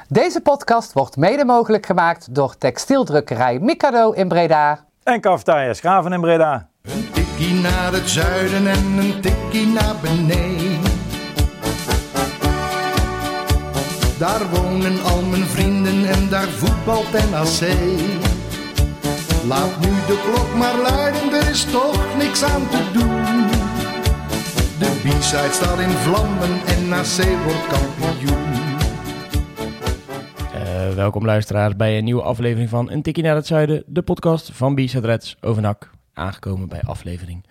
Deze podcast wordt mede mogelijk gemaakt door textieldrukkerij Mikado in Breda. En Cafetaria Schraven in Breda. Een tikkie naar het zuiden en een tikkie naar beneden. Daar wonen al mijn vrienden en daar voetbalt NAC. Laat nu de klok maar luiden, er is toch niks aan te doen. De B-side staat in vlammen en NAC wordt kampioen. Welkom luisteraars bij een nieuwe aflevering van Een Tikkie naar het Zuiden, de podcast van B-side Reds over NAC. Aangekomen bij aflevering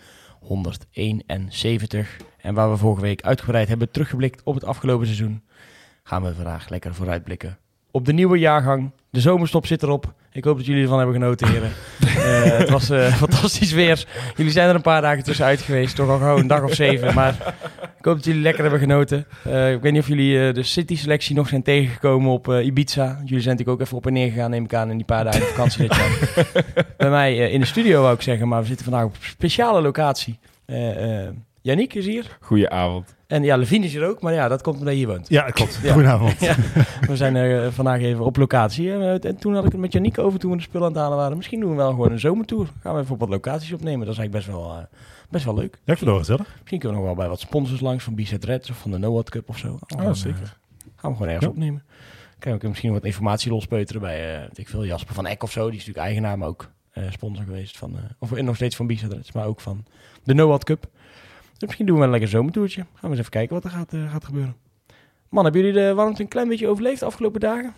171. En waar we vorige week uitgebreid hebben teruggeblikt op het afgelopen seizoen, gaan we vandaag lekker vooruitblikken op de nieuwe jaargang. De zomerstop zit erop. Ik hoop dat jullie ervan hebben genoten, heren. Het was fantastisch weer. Jullie zijn er een paar dagen tussenuit geweest. Toch al gewoon een dag of 7. Maar ik hoop dat jullie lekker hebben genoten. Ik weet niet of jullie de City-selectie nog zijn tegengekomen op Ibiza. Jullie zijn natuurlijk ook even op en neer gegaan, neem ik aan, in die paar dagen vakantie. Bij mij in de studio, wou ik zeggen. Maar we zitten vandaag op een speciale locatie. Yannick is hier. Goedenavond. En ja, Levine is hier ook, maar ja, dat komt omdat je hier woont. Ja, klopt. Ja. Goedenavond. Ja, we zijn vandaag even op locatie. En toen had ik het met Yannick over toen we de spullen aan het halen waren. Misschien doen we wel gewoon een zomertour. Gaan we even op wat locaties opnemen. Dat is eigenlijk best wel leuk. Ja, ik vind het wel gezellig. Misschien kunnen we nog wel bij wat sponsors langs van B-side Reds of van de NOAD Cup of zo. Zeker. Gaan we gewoon ergens opnemen. Kunnen we misschien wat informatie lospeuteren bij Jasper van Eck of zo. Die is natuurlijk eigenaar, maar ook sponsor geweest van, of nog steeds van B-side Reds, maar ook van de NOAD Cup. Dus misschien doen we een lekker zomertoertje. Gaan we eens even kijken wat er gaat gebeuren. Man, hebben jullie de warmte een klein beetje overleefd de afgelopen dagen?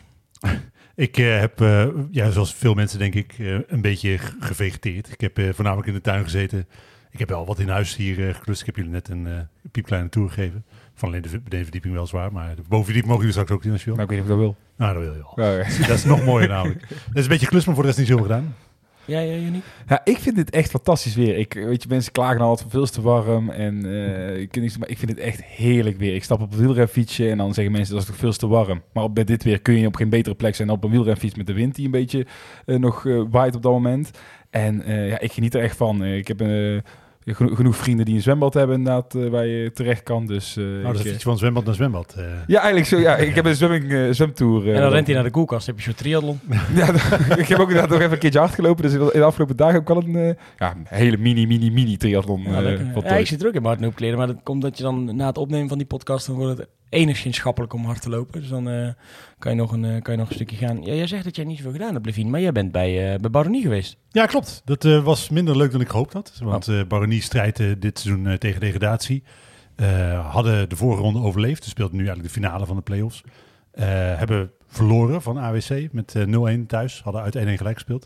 Ik heb, zoals veel mensen denk ik, een beetje gevegeteerd. Ik heb voornamelijk in de tuin gezeten. Ik heb wel wat in huis hier geklust. Ik heb jullie net een piepkleine tour gegeven. Van alleen de benedenverdieping wel zwaar. Maar de bovenverdieping mogen jullie straks ook zien als je wil. Maar ik weet niet of ik dat wil. Nou, dat wil je wel. Ja. Dat is nog mooier namelijk. Dat is een beetje klus, maar voor de rest niet zo gedaan. Ja, Yannick? Ja, ik vind dit echt fantastisch weer. Mensen klagen altijd van veel te warm. En maar ik vind het echt heerlijk weer. Ik stap op een wielrenfietsje en dan zeggen mensen dat is toch veel te warm. Maar bij dit weer kun je op geen betere plek zijn dan op een wielrenfiets met de wind die een beetje nog waait op dat moment. En ik geniet er echt van. Ik heb genoeg vrienden die een zwembad hebben inderdaad, waar je terecht kan. Dus, dat is iets van zwembad naar zwembad. Ja, eigenlijk zo. Ja, ik heb een zwemtour. En dan rent hij naar de koelkast. Heb je zo'n triathlon? Ja, ik heb ook inderdaad nog even een keertje hard gelopen. Dus in de afgelopen dagen heb ik al een hele mini triathlon. Ik zit er ook in mijn hardloopkleren. Maar dat komt dat je dan na het opnemen van die podcast, dan wordt het enigszins schappelijk om hard te lopen. Dus dan kan je nog een stukje gaan. Ja, jij zegt dat jij niet zoveel gedaan hebt, Levine, maar jij bent bij Baronie geweest. Ja, klopt. Dat was minder leuk dan ik gehoopt had. Want Baronie strijdt dit seizoen tegen degradatie. Hadden de vorige ronde overleefd. Ze speelden nu eigenlijk de finale van de play-offs. Hebben verloren van AWC met 0-1 thuis. Hadden uit 1-1 gelijk gespeeld.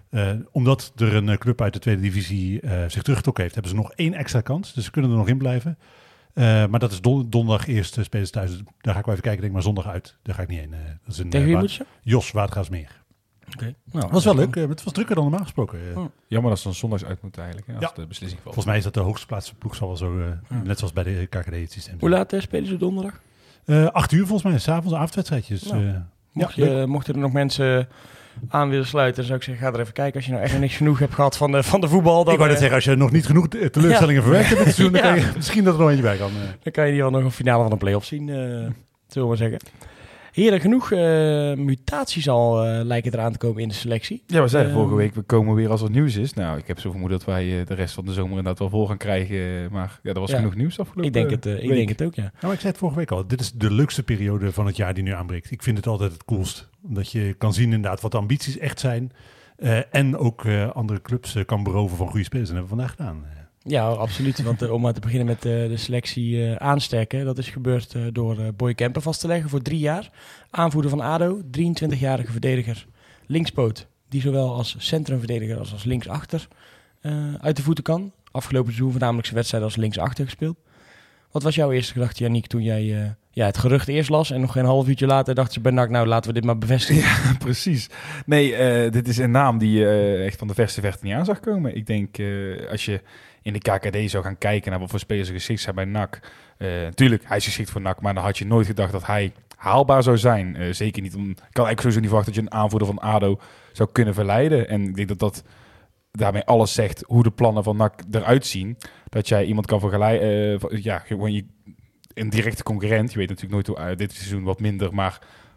Omdat er een club uit de tweede divisie zich teruggetrokken heeft, hebben ze nog 1 extra kans. Dus ze kunnen er nog in blijven. Maar dat is donderdag eerst spelen ze thuis. Daar ga ik wel even kijken, denk maar zondag uit. Daar ga ik niet heen. Dat is een, tegen wie moet je? Jos Watergraafsmeer. Okay. Dat was wel leuk. Het was drukker dan normaal gesproken. Jammer dat ze dan zondags uit moeten eigenlijk. Als de beslissing valt. Volgens mij is dat de hoogste plaats ploeg zal wel zo, net zoals bij de KKD het systeem. Hoe laat spelen ze donderdag? 8 uur volgens mij, 's avonds, avondwedstrijdjes. Mochten er nog mensen aan willen sluiten, zou ik zeggen, ga er even kijken als je nou echt niks genoeg hebt gehad van de voetbal. Dan, ik wou net zeggen, als je nog niet genoeg teleurstellingen verwerkt hebt dit seizoen, dan kan je misschien dat er nog eentje bij kan. Dan kan je hier al nog een finale van een play-off zien, zullen we maar zeggen. Heren, genoeg mutaties al lijken eraan te komen in de selectie. Ja, we zeiden vorige week, we komen weer als er nieuws is. Nou, ik heb zo vermoeden dat wij de rest van de zomer inderdaad wel vol gaan krijgen. Maar ja, er was genoeg nieuws afgelopen Ik denk het ook, ja. Nou, ik zei het vorige week al, dit is de leukste periode van het jaar die nu aanbreekt. Ik vind het altijd het coolst. Omdat je kan zien inderdaad wat de ambities echt zijn. En ook andere clubs kan beroven van goede spelers. En dat hebben we vandaag gedaan. Ja, absoluut. Want om maar te beginnen met de selectie aansterken. Dat is gebeurd door Boy Kemper vast te leggen voor 3 jaar. Aanvoerder van ADO, 23-jarige verdediger. Linkspoot, die zowel als centrumverdediger als linksachter uit de voeten kan. Afgelopen seizoen voornamelijk zijn wedstrijd als linksachter gespeeld. Wat was jouw eerste gedachte, Yannick, toen jij het gerucht eerst las en nog geen half uurtje later dachten ze bij NAC, nou laten we dit maar bevestigen. Ja, precies. Nee, dit is een naam die je echt van de verste verte niet aan zag komen. Ik denk, als je in de KKD zou gaan kijken naar wat voor spelers er geschikt zijn bij NAC. Natuurlijk, hij is geschikt voor NAC, maar dan had je nooit gedacht dat hij haalbaar zou zijn. Zeker niet. Ik kan eigenlijk sowieso niet verwachten dat je een aanvoerder van ADO zou kunnen verleiden. En ik denk dat daarmee alles zegt hoe de plannen van NAC eruit zien. Dat jij iemand kan vergelijken. Gewoon een directe concurrent. Je weet natuurlijk nooit hoe dit seizoen wat minder, maar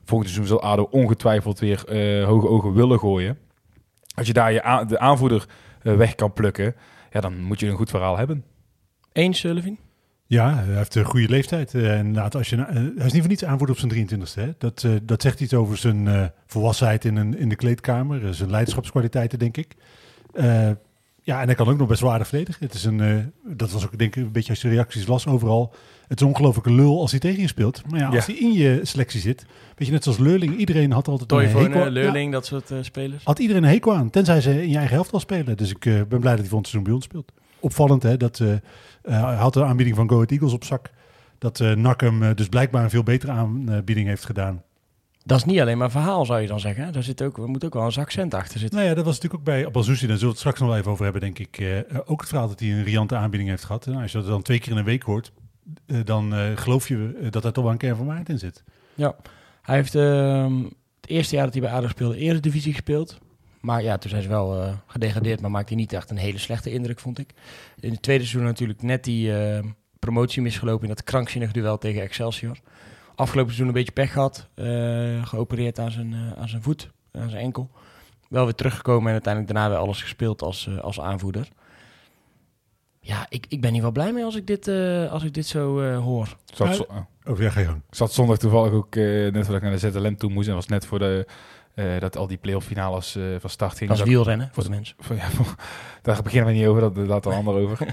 volgend seizoen zal ADO ongetwijfeld weer hoge ogen willen gooien. Als je daar de aanvoerder weg kan plukken, ja, dan moet je een goed verhaal hebben. Eens, Levin? Ja, hij heeft een goede leeftijd. Inderdaad, hij is niet voor niets aanvoerder op zijn 23e. Hè? Dat zegt iets over zijn volwassenheid in de kleedkamer. Zijn leiderschapskwaliteiten, denk ik. Ja, en hij kan ook nog best wel aardig verdedigen. Het is dat was ook, denk ik, een beetje als je reacties las overal. Het is een ongelofelijke lul als hij tegen je speelt. Maar ja, als hij in je selectie zit, weet je, net zoals Leurling, iedereen had altijd een hekel aan. Leurling, dat soort spelers. Had iedereen een hekel aan, tenzij ze in je eigen helft al spelen. Dus ik ben blij dat hij volgend seizoen bij ons speelt. Opvallend, hè, dat hij had de aanbieding van Go Ahead Eagles op zak. Dat NAC hem dus blijkbaar een veel betere aanbieding heeft gedaan. Dat is niet alleen maar verhaal, zou je dan zeggen. Er moet ook wel een zak cent achter zitten. Nou ja, dat was natuurlijk ook bij Abelzoussi. Daar zullen we het straks nog wel even over hebben, denk ik. Ook het verhaal dat hij een riante aanbieding heeft gehad. Nou, als je dat dan 2 keer in een week hoort, dan geloof je dat er toch wel een kern van waarheid in zit. Ja, hij heeft het eerste jaar dat hij bij ADO speelde Eredivisie gespeeld. Maar ja, toen zijn ze wel gedegradeerd, maar maakte hij niet echt een hele slechte indruk, vond ik. In het tweede seizoen natuurlijk net die promotie misgelopen in dat krankzinnig duel tegen Excelsior. Afgelopen seizoen een beetje pech gehad, geopereerd aan zijn voet, aan zijn enkel. Wel weer teruggekomen en uiteindelijk daarna weer alles gespeeld als aanvoerder. Ja, ik ben hier wel blij mee als ik dit zo hoor. Ja, ga je gang. Ik zat zondag toevallig ook net voordat ik naar de ZLM toe moest. En was net voor dat al die play-off finales van start gingen. Als wielrennen voor de mensen. Daar beginnen we niet over, dat laat een ander over.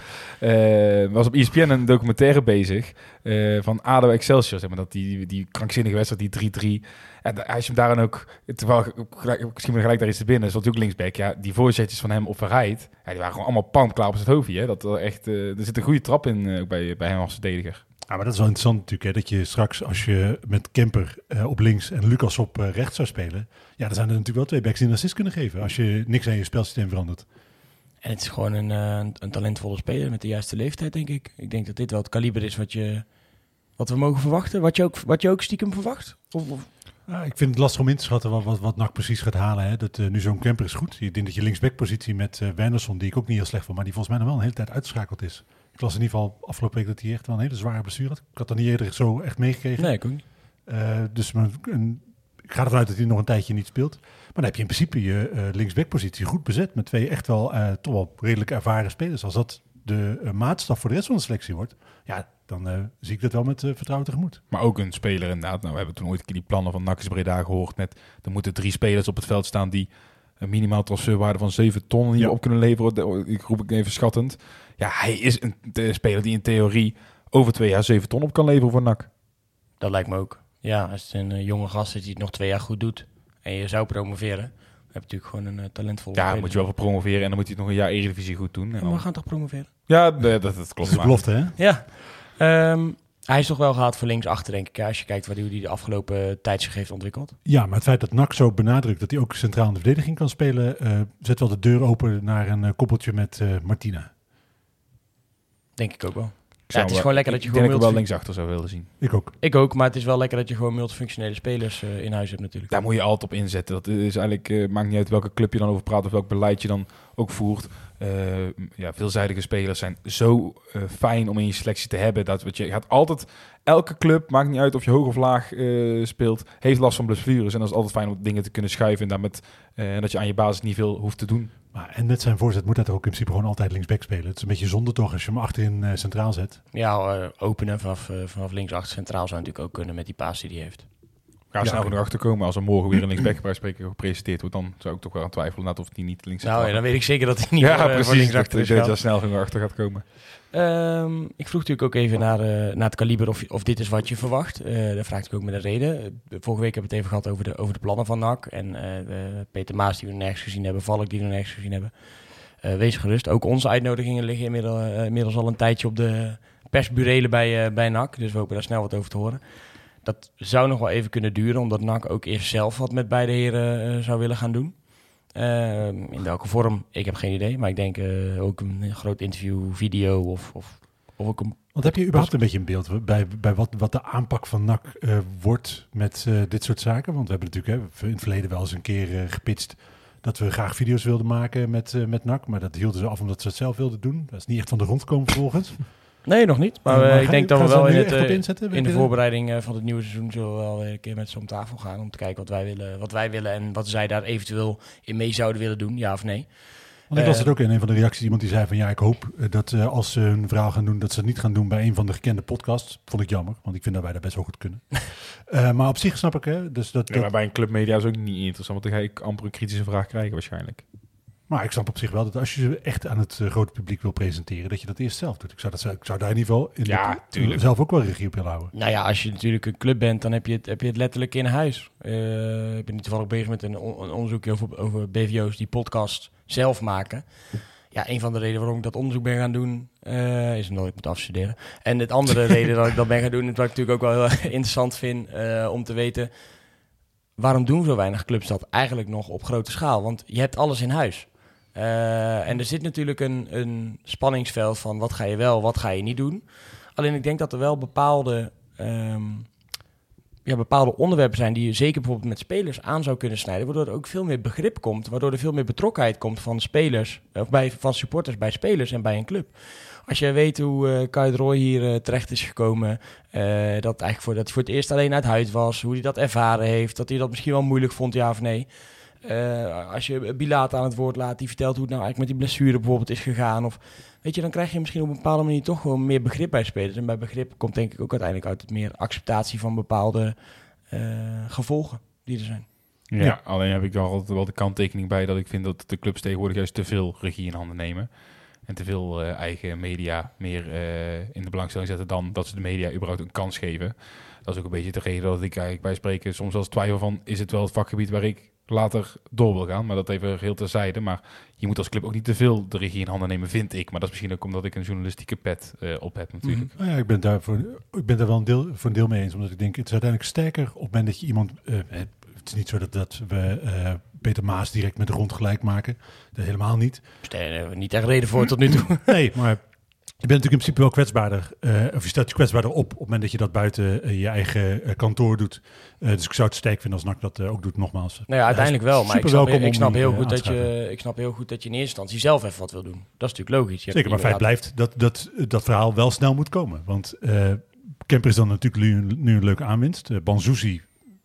Was op ESPN een documentaire bezig van ADO Excelsior. Zeg maar, dat die krankzinnige wedstrijd, die 3-3. En als je hem daar dan ook, terwijl misschien gelijk daar iets te binnen, is natuurlijk linksback. Ja, die voorzetjes van hem op Verheid, ja, die waren gewoon allemaal klaar op zijn hoofdje. Hè? Dat echt, er zit een goede trap in bij hem als verdediger. Ja, maar dat is wel interessant natuurlijk, hè, dat je straks, als je met Kemper op links en Lucas op rechts zou spelen, ja, dan zijn er natuurlijk wel 2 backs die een assist kunnen geven, als je niks aan je spelsysteem verandert. En het is gewoon een talentvolle speler met de juiste leeftijd, denk ik. Ik denk dat dit wel het kaliber is wat we mogen verwachten. Wat je ook stiekem verwacht? Ja, ik vind het lastig om in te schatten wat NAC precies gaat halen. Hè. Dat, nu zo'n Kemper is goed. Ik denk dat je linksbackpositie met Wernersson, die ik ook niet heel slecht vond, maar die volgens mij nog wel een hele tijd uitgeschakeld is. Ik las in ieder geval afgelopen week dat hij echt wel een hele zware blessure had. Ik had dat niet eerder zo echt meegekregen. Nee, ik ook niet. Dus ik ga ervan uit dat hij nog een tijdje niet speelt. Maar dan heb je in principe je linksbackpositie goed bezet met 2 echt wel toch wel redelijk ervaren spelers. Als dat de maatstaf voor de rest van de selectie wordt, ja, dan zie ik dat wel met vertrouwen tegemoet. Maar ook een speler inderdaad. Nou, we hebben toen ooit een keer die plannen van NAC Breda gehoord met, er moeten 3 spelers op het veld staan die een minimaal transferwaarde van 7 ton hier op kunnen leveren. Ik roep ik even schattend. Ja, hij is een speler die in theorie over 2 jaar 7 ton op kan leveren voor NAC. Dat lijkt me ook. Ja, als het een jonge gast is die het nog 2 jaar goed doet en je zou promoveren, dan heb je natuurlijk gewoon een talentvolle speler. Ja, moet je wel voor promoveren en dan moet hij het nog een jaar Eredivisie goed doen. En dan... Maar we gaan toch promoveren? Ja, dat klopt. Dat is de belofte, hè? Ja. Hij is toch wel gehaald voor linksachter, denk ik. Als je kijkt hoe hij de afgelopen tijd zich heeft ontwikkeld. Ja, maar het feit dat NAC zo benadrukt dat hij ook centraal in de verdediging kan spelen, zet wel de deur open naar een koppeltje met Martina. Denk ik ook wel. Ja, het is gewoon lekker dat je gewoon... Ik wel linksachter zou willen zien. Ik ook, maar het is wel lekker dat je gewoon multifunctionele spelers in huis hebt natuurlijk. Daar moet je altijd op inzetten. Dat is eigenlijk, maakt niet uit welke club je dan over praat of welk beleid je dan ook voert. Veelzijdige spelers zijn zo fijn om in je selectie te hebben. Dat je gaat altijd, elke club, maakt niet uit of je hoog of laag speelt, heeft last van blessures. En dat is altijd fijn om dingen te kunnen schuiven en dat je aan je basis niet veel hoeft te doen. En met zijn voorzet moet hij toch ook in principe gewoon altijd linksback spelen. Het is een beetje zonde toch als je hem achterin centraal zet. Ja, openen vanaf linksachter centraal zou natuurlijk ook kunnen met die paas die hij heeft. Ga snel genoeg achterkomen. Als er morgen weer een linksback bij spreken gepresenteerd wordt, dan zou ik toch wel aan twijfelen of hij niet links Nou ja, dan weet ik zeker dat hij niet voor linksachter is. Dat hij snel genoeg achter gaat komen. Ik vroeg natuurlijk ook even naar het kaliber of dit is wat je verwacht. Daar vraag ik ook met een reden. Vorige week hebben we het even gehad over de plannen van NAC. En Peter Maas die we nog nergens gezien hebben. Valk die we nog nergens gezien hebben. Wees gerust. Ook onze uitnodigingen liggen inmiddels al een tijdje op de persburelen bij NAC. Dus we hopen daar snel wat over te horen. Dat zou nog wel even kunnen duren, omdat NAC ook eerst zelf wat met beide heren zou willen gaan doen. In welke vorm, ik heb geen idee. Maar ik denk ook een groot interview, video of ook een... Want heb je überhaupt een beetje een beeld bij wat de aanpak van NAC wordt met dit soort zaken? Want we hebben natuurlijk in het verleden wel eens een keer gepitcht dat we graag video's wilden maken met NAC. Maar dat hielden ze af omdat ze het zelf wilden doen. Dat is niet echt van de grond gekomen vervolgens. Nee, nog niet. Maar ik denk dat we wel in de de voorbereiding van het nieuwe seizoen zullen we wel weer een keer met ze om tafel gaan om te kijken wat wij willen en wat zij daar eventueel in mee zouden willen doen, ja of nee. Want ik las het ook in een van de reacties. Iemand die zei van ik hoop dat als ze hun verhaal gaan doen, dat ze het niet gaan doen bij een van de gekende podcasts. Vond ik jammer, want ik vind dat wij dat best wel goed kunnen. Maar op zich snap ik, hè. Dus maar bij een clubmedia is ook niet interessant, want dan ga ik amper een kritische vraag krijgen waarschijnlijk. Maar ik snap op zich wel dat als je ze echt aan het grote publiek wil presenteren, dat je dat eerst zelf doet. Ik zou daar in ieder geval zelf ook wel regie op willen houden. Nou ja, als je natuurlijk een club bent, dan heb je het letterlijk in huis. Ik ben nu toevallig bezig met een onderzoekje over BVO's die podcast zelf maken. Ja, een van de redenen waarom ik dat onderzoek ben gaan doen, is omdat ik moet afstuderen. En het andere reden dat ik dat ben gaan doen, wat ik natuurlijk ook wel heel interessant vind om te weten, waarom doen zo weinig clubs dat eigenlijk nog op grote schaal? Want je hebt alles in huis. En er zit natuurlijk een spanningsveld van wat ga je wel, wat ga je niet doen. Alleen ik denk dat er wel bepaalde onderwerpen zijn die je zeker bijvoorbeeld met spelers aan zou kunnen snijden, waardoor er ook veel meer begrip komt, waardoor er veel meer betrokkenheid komt van spelers, van supporters bij spelers en bij een club. Als je weet hoe Kai de Roy hier terecht is gekomen, dat hij voor het eerst alleen uit huis was, hoe hij dat ervaren heeft, dat hij dat misschien wel moeilijk vond, ja of nee. Als je Bilate aan het woord laat, die vertelt hoe het nou eigenlijk met die blessure bijvoorbeeld is gegaan. Of weet je, dan krijg je misschien op een bepaalde manier toch gewoon meer begrip bij spelers. En bij begrip komt denk ik ook uiteindelijk uit het meer acceptatie van bepaalde gevolgen die er zijn. Ja, alleen heb ik daar altijd wel de kanttekening bij dat ik vind dat de clubs tegenwoordig juist te veel regie in handen nemen. En te veel eigen media meer in de belangstelling zetten dan dat ze de media überhaupt een kans geven. Dat is ook een beetje de reden dat ik eigenlijk bij spreken soms als twijfel van, is het wel het vakgebied waar ik later door wil gaan, maar dat even heel terzijde. Maar je moet als club ook niet te veel de regie in handen nemen, vind ik. Maar dat is misschien ook omdat ik een journalistieke pet op heb natuurlijk. Nou ja, ik ben daar wel voor een deel mee eens, omdat ik denk, het is uiteindelijk sterker op het moment dat je iemand... het is niet zo dat we Peter Maas direct met de grond gelijk maken. Dat helemaal niet. Niet echt reden voor tot nu toe. Nee, maar je bent natuurlijk in principe wel kwetsbaarder. Of je stelt je kwetsbaarder op het moment dat je dat buiten je eigen kantoor doet. Dus ik zou het sterk vinden als NAC dat ook doet, nogmaals. Nou ja, uiteindelijk wel. Maar ik snap heel goed dat je in eerste instantie zelf even wat wil doen. Dat is natuurlijk logisch. Zeker, maar feit blijft dat verhaal wel snel moet komen. Want Kemper is dan natuurlijk nu een leuke aanwinst. Banzuzi,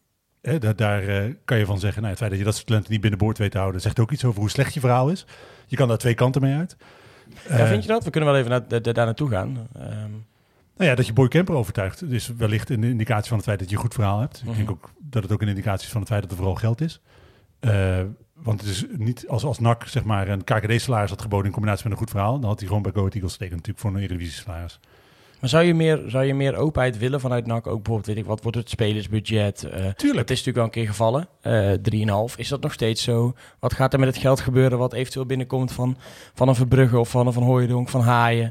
daar kan je van zeggen, het feit dat je dat soort talenten niet binnenboord weet te houden, zegt ook iets over hoe slecht je verhaal is. Je kan daar twee kanten mee uit. Vind je dat? We kunnen wel even daar naartoe gaan. Nou ja, dat je Boy Kemper overtuigt is wellicht een indicatie van het feit dat je een goed verhaal hebt. Ik denk ook dat het ook een indicatie is van het feit dat er vooral geld is. Want het is niet als NAC zeg maar een KKD-salaris had geboden in combinatie met een goed verhaal, dan had hij gewoon bij Go Ahead Eagles steken natuurlijk voor een Eredivisie-salaris. Maar zou je meer openheid willen vanuit NAC? Ook bijvoorbeeld, weet ik wat, wordt het spelersbudget? Tuurlijk. Het is natuurlijk al een keer gevallen. 3,5. Is dat nog steeds zo? Wat gaat er met het geld gebeuren wat eventueel binnenkomt van een Verbrugge of van een Van Hooijdonk, van Haaien?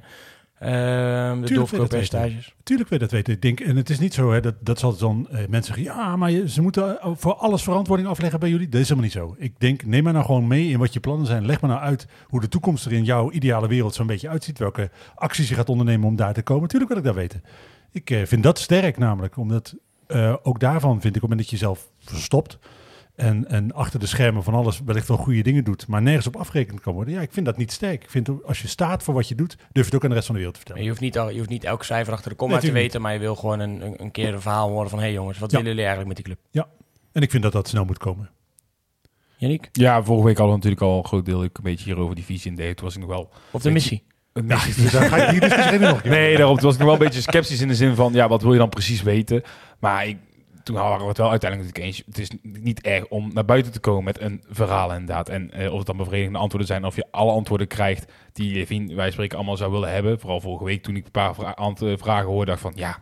De doorverkooppercentages. Tuurlijk wil je dat weten. Ik denk, en het is niet zo dat zal dan mensen zeggen, ja, maar ze moeten voor alles verantwoording afleggen bij jullie. Dat is helemaal niet zo. Ik denk, neem maar nou gewoon mee in wat je plannen zijn. Leg maar nou uit hoe de toekomst er in jouw ideale wereld zo'n beetje uitziet. Welke acties je gaat ondernemen om daar te komen. Tuurlijk wil ik dat weten. Ik vind dat sterk namelijk. Omdat ook daarvan vind ik, op het moment dat je jezelf verstopt en achter de schermen van alles wellicht wel goede dingen doet, maar nergens op afgerekend kan worden. Ja, ik vind dat niet sterk. Ik vind als je staat voor wat je doet, durf je het ook aan de rest van de wereld te vertellen. Je hoeft niet elk cijfer achter de komma te weten, maar je wil gewoon een keer een verhaal horen van, hey jongens, wat willen jullie eigenlijk met die club? Ja, en ik vind dat snel moet komen. Yannick? Ja, vorige week hadden we natuurlijk al een groot deel een beetje hierover die visie in deed. Toen was ik nog wel... Of de missie? Nee, daar ga ik hier dus nog. Nee, daarom was ik nog wel een beetje sceptisch in de zin van, ja, wat wil je dan precies weten? Maar toen waren we het wel uiteindelijk eens. Het is niet erg om naar buiten te komen met een verhaal inderdaad. En of het dan bevredigende antwoorden zijn, of je alle antwoorden krijgt die wij spreken allemaal zou willen hebben. Vooral vorige week toen ik een paar vragen hoorde, dacht van ja.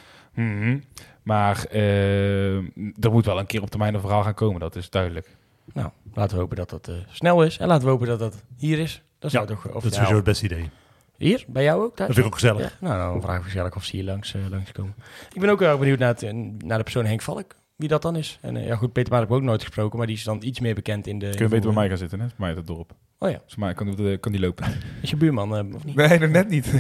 Maar er moet wel een keer op termijn een verhaal gaan komen, dat is duidelijk. Nou, laten we hopen dat dat snel is. En laten we hopen dat dat hier is. Dat is sowieso het beste idee. Hier? Bij jou ook? Thuis? Dat vind ik ook gezellig. Ja, nou, dan vraag ik gezellig of ze hier langskomen. Ik ben ook heel erg benieuwd naar de persoon Henk Valk. Wie dat dan is. En ja goed, Peter Maat heb ik ook nooit gesproken, maar die is dan iets meer bekend in de... Kun je beter bij mij gaan zitten, hè? Bij mij uit het dorp. Oh ja. Dus maar kan die lopen. Is je buurman, of niet? Nee, nog net niet.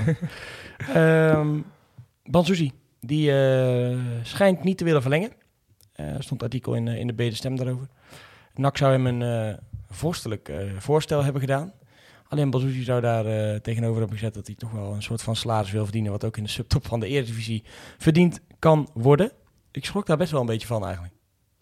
Banzuzi, die schijnt niet te willen verlengen. Er stond een artikel in de Bede Stem daarover. NAC zou hem een vorstelijk voorstel hebben gedaan. Alleen Bazouzi zou daar tegenover hebben gezet dat hij toch wel een soort van salaris wil verdienen, wat ook in de subtop van de Eredivisie verdiend kan worden. Ik schrok daar best wel een beetje van eigenlijk.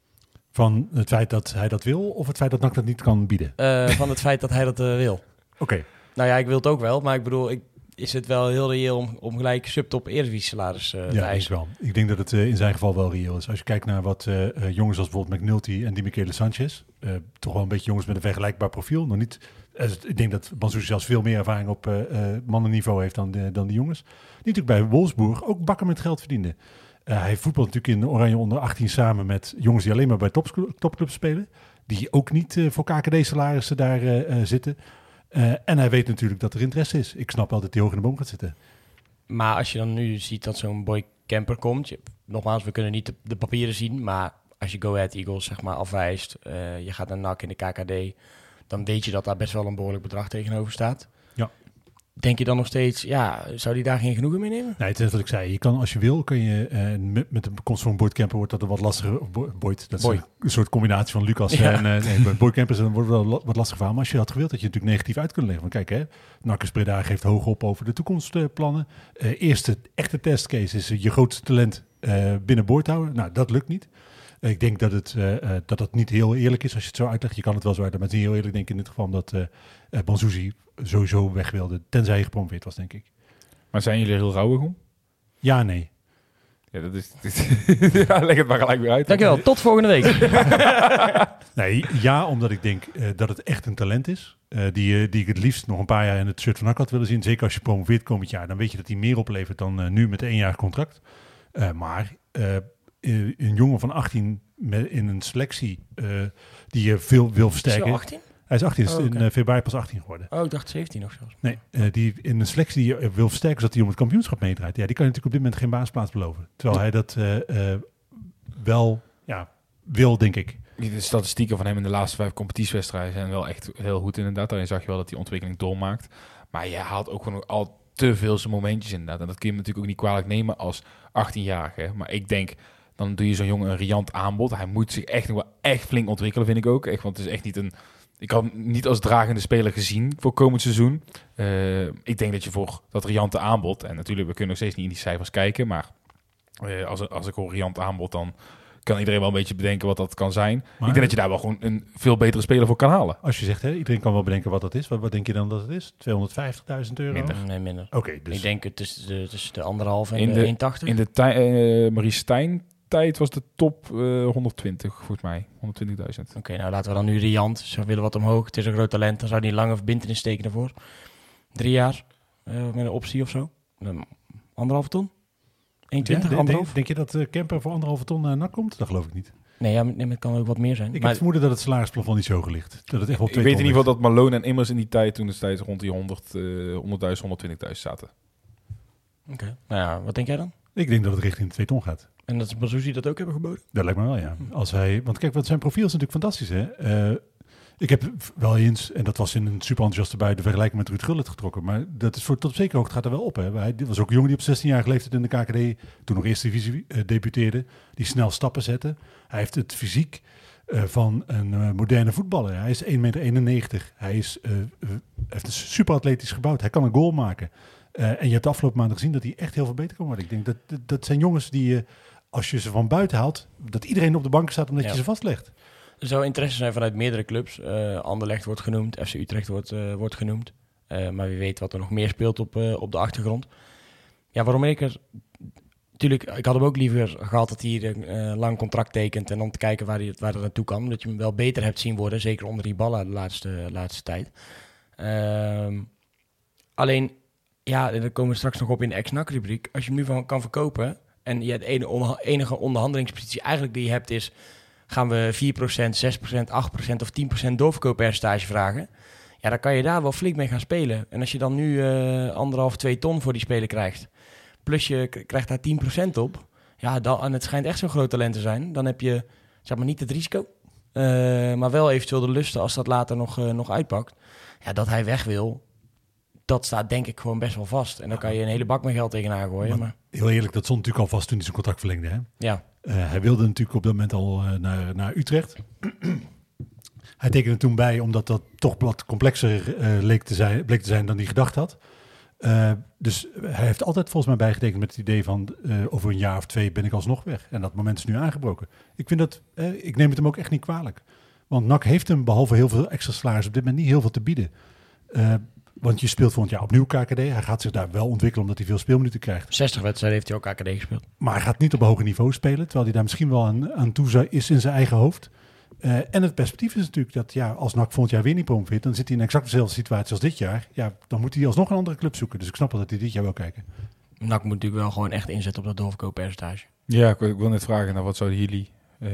Van het feit dat hij dat wil of het feit dat NAC dat niet kan bieden? Van het feit dat hij dat wil. Oké. Nou ja, ik wil het ook wel, maar ik bedoel, is het wel heel reëel om gelijk subtop Eredivisie salaris te Ja, eisen? wel. Ik denk dat het in zijn geval wel reëel is. Als je kijkt naar wat jongens als bijvoorbeeld McNulty en Di Michele Sanchez, toch wel een beetje jongens met een vergelijkbaar profiel. Nog niet, ik denk dat Bazouzi zelfs veel meer ervaring op mannenniveau heeft dan die jongens. Die natuurlijk bij Wolfsburg ook bakken met geld verdiende. Hij voetbalt natuurlijk in Oranje onder 18 samen met jongens die alleen maar bij topclubs spelen. Die ook niet voor KKD-salarissen daar zitten. En hij weet natuurlijk dat er interesse is. Ik snap wel dat hij hoog in de boom gaat zitten. Maar als je dan nu ziet dat zo'n Boy Camper komt, nogmaals, we kunnen niet de papieren zien, maar als je Go Ahead Eagles zeg maar afwijst, je gaat naar NAC in de KKD, dan weet je dat daar best wel een behoorlijk bedrag tegenover staat. Ja. Denk je dan nog steeds, zou die daar geen genoegen mee nemen? Nee, het is wat ik zei. Je kan, als je wil, kun je met de komst van Boyd Camper wordt dat een wat lastiger. Boyd, dat is een soort combinatie van Lucas en Boyd Camper. Dan wordt het wel wat lastiger verhaal. Maar als je had gewild, dat je natuurlijk negatief uit kunt leggen. Want kijk, NAC Breda geeft hoog op over de toekomstplannen. Eerste echte testcase is je grootste talent binnen boord houden. Nou, dat lukt niet. Ik denk dat het niet heel eerlijk is als je het zo uitlegt. Je kan het wel zo uitleggen, maar het is niet heel eerlijk. Ik denk in dit geval dat Bazouzi sowieso weg wilde, tenzij hij gepromoveerd was, denk ik. Maar zijn jullie er heel rouwig om? Ja, nee. Ja, dat is... ja, leg het maar gelijk weer uit. Dankjewel, tot volgende week. Nee, ja, omdat ik denk dat het echt een talent is. Die ik het liefst nog een paar jaar in het shirt van NAC had willen zien. Zeker als je promoveert komend jaar. Dan weet je dat hij meer oplevert dan nu met een 1-jarig contract. Maar een jongen van 18 in een selectie die je veel wil versterken. Is hij 18? Hij is 18, is Oh, okay. in februari pas 18 geworden. Oh, ik dacht 17 of zo. Nee, die in een selectie die je wil versterken zodat hij om het kampioenschap meedraait. Ja, die kan je natuurlijk op dit moment geen basisplaats beloven. Terwijl hij dat wel wil, denk ik. De statistieken van hem in de laatste 5 competitiewedstrijden zijn wel echt heel goed inderdaad. Daarin zag je wel dat hij ontwikkeling doormaakt. Maar je haalt ook gewoon al te veel zijn momentjes inderdaad. En dat kun je hem natuurlijk ook niet kwalijk nemen als 18-jarige. Maar ik denk, dan doe je zo'n jongen een riant aanbod. Hij moet zich echt nog wel echt flink ontwikkelen, vind ik ook. Echt, want het is echt niet een... Ik had hem niet als dragende speler gezien voor komend seizoen. Ik denk dat je voor dat riante aanbod... En natuurlijk, we kunnen nog steeds niet in die cijfers kijken. Maar als ik hoor riant aanbod, dan kan iedereen wel een beetje bedenken wat dat kan zijn. Maar ik denk dat je daar wel gewoon een veel betere speler voor kan halen. Als je zegt, iedereen kan wel bedenken wat dat is. Wat denk je dan dat het is? €250.000? Minder. Nee, minder. Oké, dus... Ik denk het tussen de 1,5 en de 1,80. In de Marie Stijn tijd was de top 120, volgens mij. 120.000. Oké, nou laten we dan nu riant. Ze willen wat omhoog. Het is een groot talent. Dan zou die een lange verbintenis steken ervoor. 3 jaar. Met een optie of zo. 1,5 ton? 1,20? 1,5? Denk je dat Kemper voor 1,5 ton naar NAC komt? Dat geloof ik niet. Nee, het kan ook wat meer zijn. Ik heb Maar het vermoeden dat het salarisplafond niet zo gelicht. Dat het echt wel Ik weet in ieder geval dat Malone en Immers in die tijd, toen destijds rond die 100.000, 120.000 zaten. Oké. Nou ja, wat denk jij dan? Ik denk dat het richting de 2 ton gaat. En dat Bazouzi dat ook hebben geboden? Dat lijkt me wel, ja. Want kijk, wat zijn profiel is natuurlijk fantastisch, hè. Ik heb wel eens, en dat was in een super enthousiaste bij de vergelijking met Ruud Gullit getrokken, maar dat is tot op zekere hoogte gaat er wel op. Hè. Hij was ook een jongen die op 16-jarige leeftijd in de KKD, toen nog eerste divisie debuteerde, die snel stappen zette. Hij heeft het fysiek van een moderne voetballer. Hij is 1,91 meter. Hij heeft een super atletisch gebouwd. Hij kan een goal maken. En je hebt de afgelopen maanden gezien dat hij echt heel veel beter kan worden. Ik denk dat zijn jongens die, als je ze van buiten haalt, dat iedereen op de bank staat omdat je ze vastlegt. Er zou interesse zijn vanuit meerdere clubs. Anderlecht wordt genoemd, FC Utrecht wordt genoemd. Maar wie weet wat er nog meer speelt op de achtergrond. Ja, waarom ik er... Tuurlijk, ik had hem ook liever gehad dat hij een lang contract tekent en dan te kijken waar het naartoe kan. Dat je hem wel beter hebt zien worden, zeker onder die ballen de laatste tijd. Alleen, ja, daar komen we straks nog op in de ex-NAC-rubriek. Als je hem nu kan verkopen en je het enige onderhandelingspositie eigenlijk die je hebt is... gaan we 4%, 6%, 8% of 10% doorverkooppercentage vragen? Ja, dan kan je daar wel flink mee gaan spelen. En als je dan nu 1,5-2 ton voor die speler krijgt... plus je krijgt daar 10% op... ja, en het schijnt echt zo'n groot talent te zijn... dan heb je, zeg maar, niet het risico... maar wel eventueel de lusten als dat later nog uitpakt. Ja, dat hij weg wil... dat staat denk ik gewoon best wel vast. En dan kan je een hele bak met geld tegenaan gooien. Maar... Heel eerlijk, dat stond natuurlijk al vast toen hij zijn contract verlengde. Hè? Ja. Hij wilde natuurlijk op dat moment al naar Utrecht. Hij tekende toen bij omdat dat toch wat complexer bleek te zijn dan hij gedacht had. Dus hij heeft altijd volgens mij bijgetekend met het idee van over een jaar of 2 ben ik alsnog weg. En dat moment is nu aangebroken. Ik neem het hem ook echt niet kwalijk. Want NAC heeft hem behalve heel veel extra salaris op dit moment niet heel veel te bieden. Want je speelt volgend jaar opnieuw KKD. Hij gaat zich daar wel ontwikkelen omdat hij veel speelminuten krijgt. 60 wedstrijden heeft hij ook KKD gespeeld. Maar hij gaat niet op een hoger niveau spelen. Terwijl hij daar misschien wel aan toe is in zijn eigen hoofd. En het perspectief is natuurlijk dat als NAC volgend jaar weer niet promoveert, dan zit hij in exact dezelfde situatie als dit jaar. Ja, dan moet hij alsnog een andere club zoeken. Dus ik snap wel dat hij dit jaar wil kijken. NAC moet natuurlijk wel gewoon echt inzetten op dat doorverkooppercentage. Ja, ik wil net vragen naar wat zouden jullie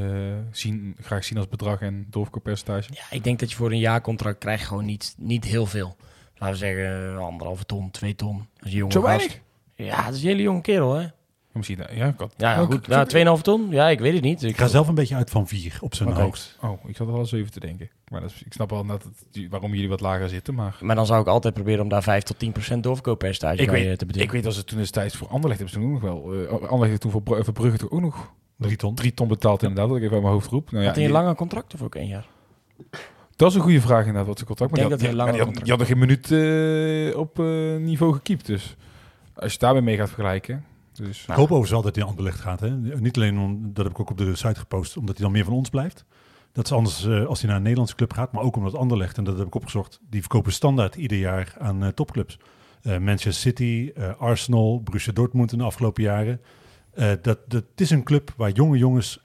graag zien als bedrag en doorverkooppercentage? Ja, ik denk dat je voor een jaarcontract krijgt gewoon niet heel veel. Laten we zeggen 1,5 ton, 2 ton. Dat is een jonge Zo gast. weinig? Ja, dat is een hele jonge kerel, hè? Misschien, ja, ik had... Ja, goed. Nou, 2,5 ton? Ja, ik weet het niet. Ik ga zelf een beetje uit van 4 op zijn hoogst. Oh, ik zat er wel 7 te denken. Maar ik snap wel waarom jullie wat lager zitten, maar... Maar dan zou ik altijd proberen om daar 5 tot 10% doorverkooppercentage te bedenken. Ik weet als het toen destijds voor Anderlecht hebben ze toen ook nog wel... Anderlecht heeft toen voor Brugge toch ook nog 3 ton betaald inderdaad, dat ik even uit mijn hoofd roep. Nou, had hij een langer contract of ook 1 jaar? Dat is een goede vraag inderdaad, wat zijn contract. Maar Ik denk dat hij een langer die hadden geen minuut op niveau gekiept, dus als je daarmee mee gaat vergelijken... Dus. Ik hoop overigens wel dat hij Anderlecht gaat. Hè? Niet alleen, dat heb ik ook op de site gepost, omdat hij dan meer van ons blijft. Dat is anders als hij naar een Nederlandse club gaat, maar ook omdat Anderlecht, en dat heb ik opgezocht, die verkopen standaard ieder jaar aan topclubs. Manchester City, Arsenal, Borussia Dortmund in de afgelopen jaren. Het is een club waar jonge jongens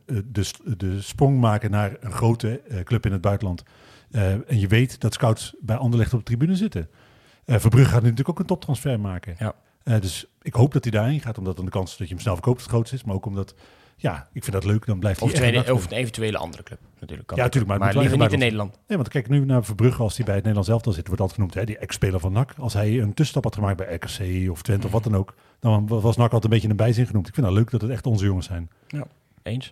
de sprong maken naar een grote club in het buitenland. En je weet dat scouts bij Anderlecht op de tribune zitten. Verbrugge gaat natuurlijk ook een toptransfer maken. Ja. Dus ik hoop dat hij daarheen gaat, omdat dan de kans dat je hem snel verkoopt het grootst is. Maar ook omdat, ik vind dat leuk, dan blijft hij of een eventuele andere club, natuurlijk. Ja, natuurlijk. Maar liever niet in Nederland. Nee, want kijk nu naar Verbrugge, als hij bij het Nederlands elftal zit, wordt altijd genoemd, hè, die ex-speler van NAC. Als hij een tussenstap had gemaakt bij RKC of Twente of wat dan ook, dan was NAC altijd een beetje een bijzin genoemd. Ik vind dat leuk dat het echt onze jongens zijn. Ja, eens.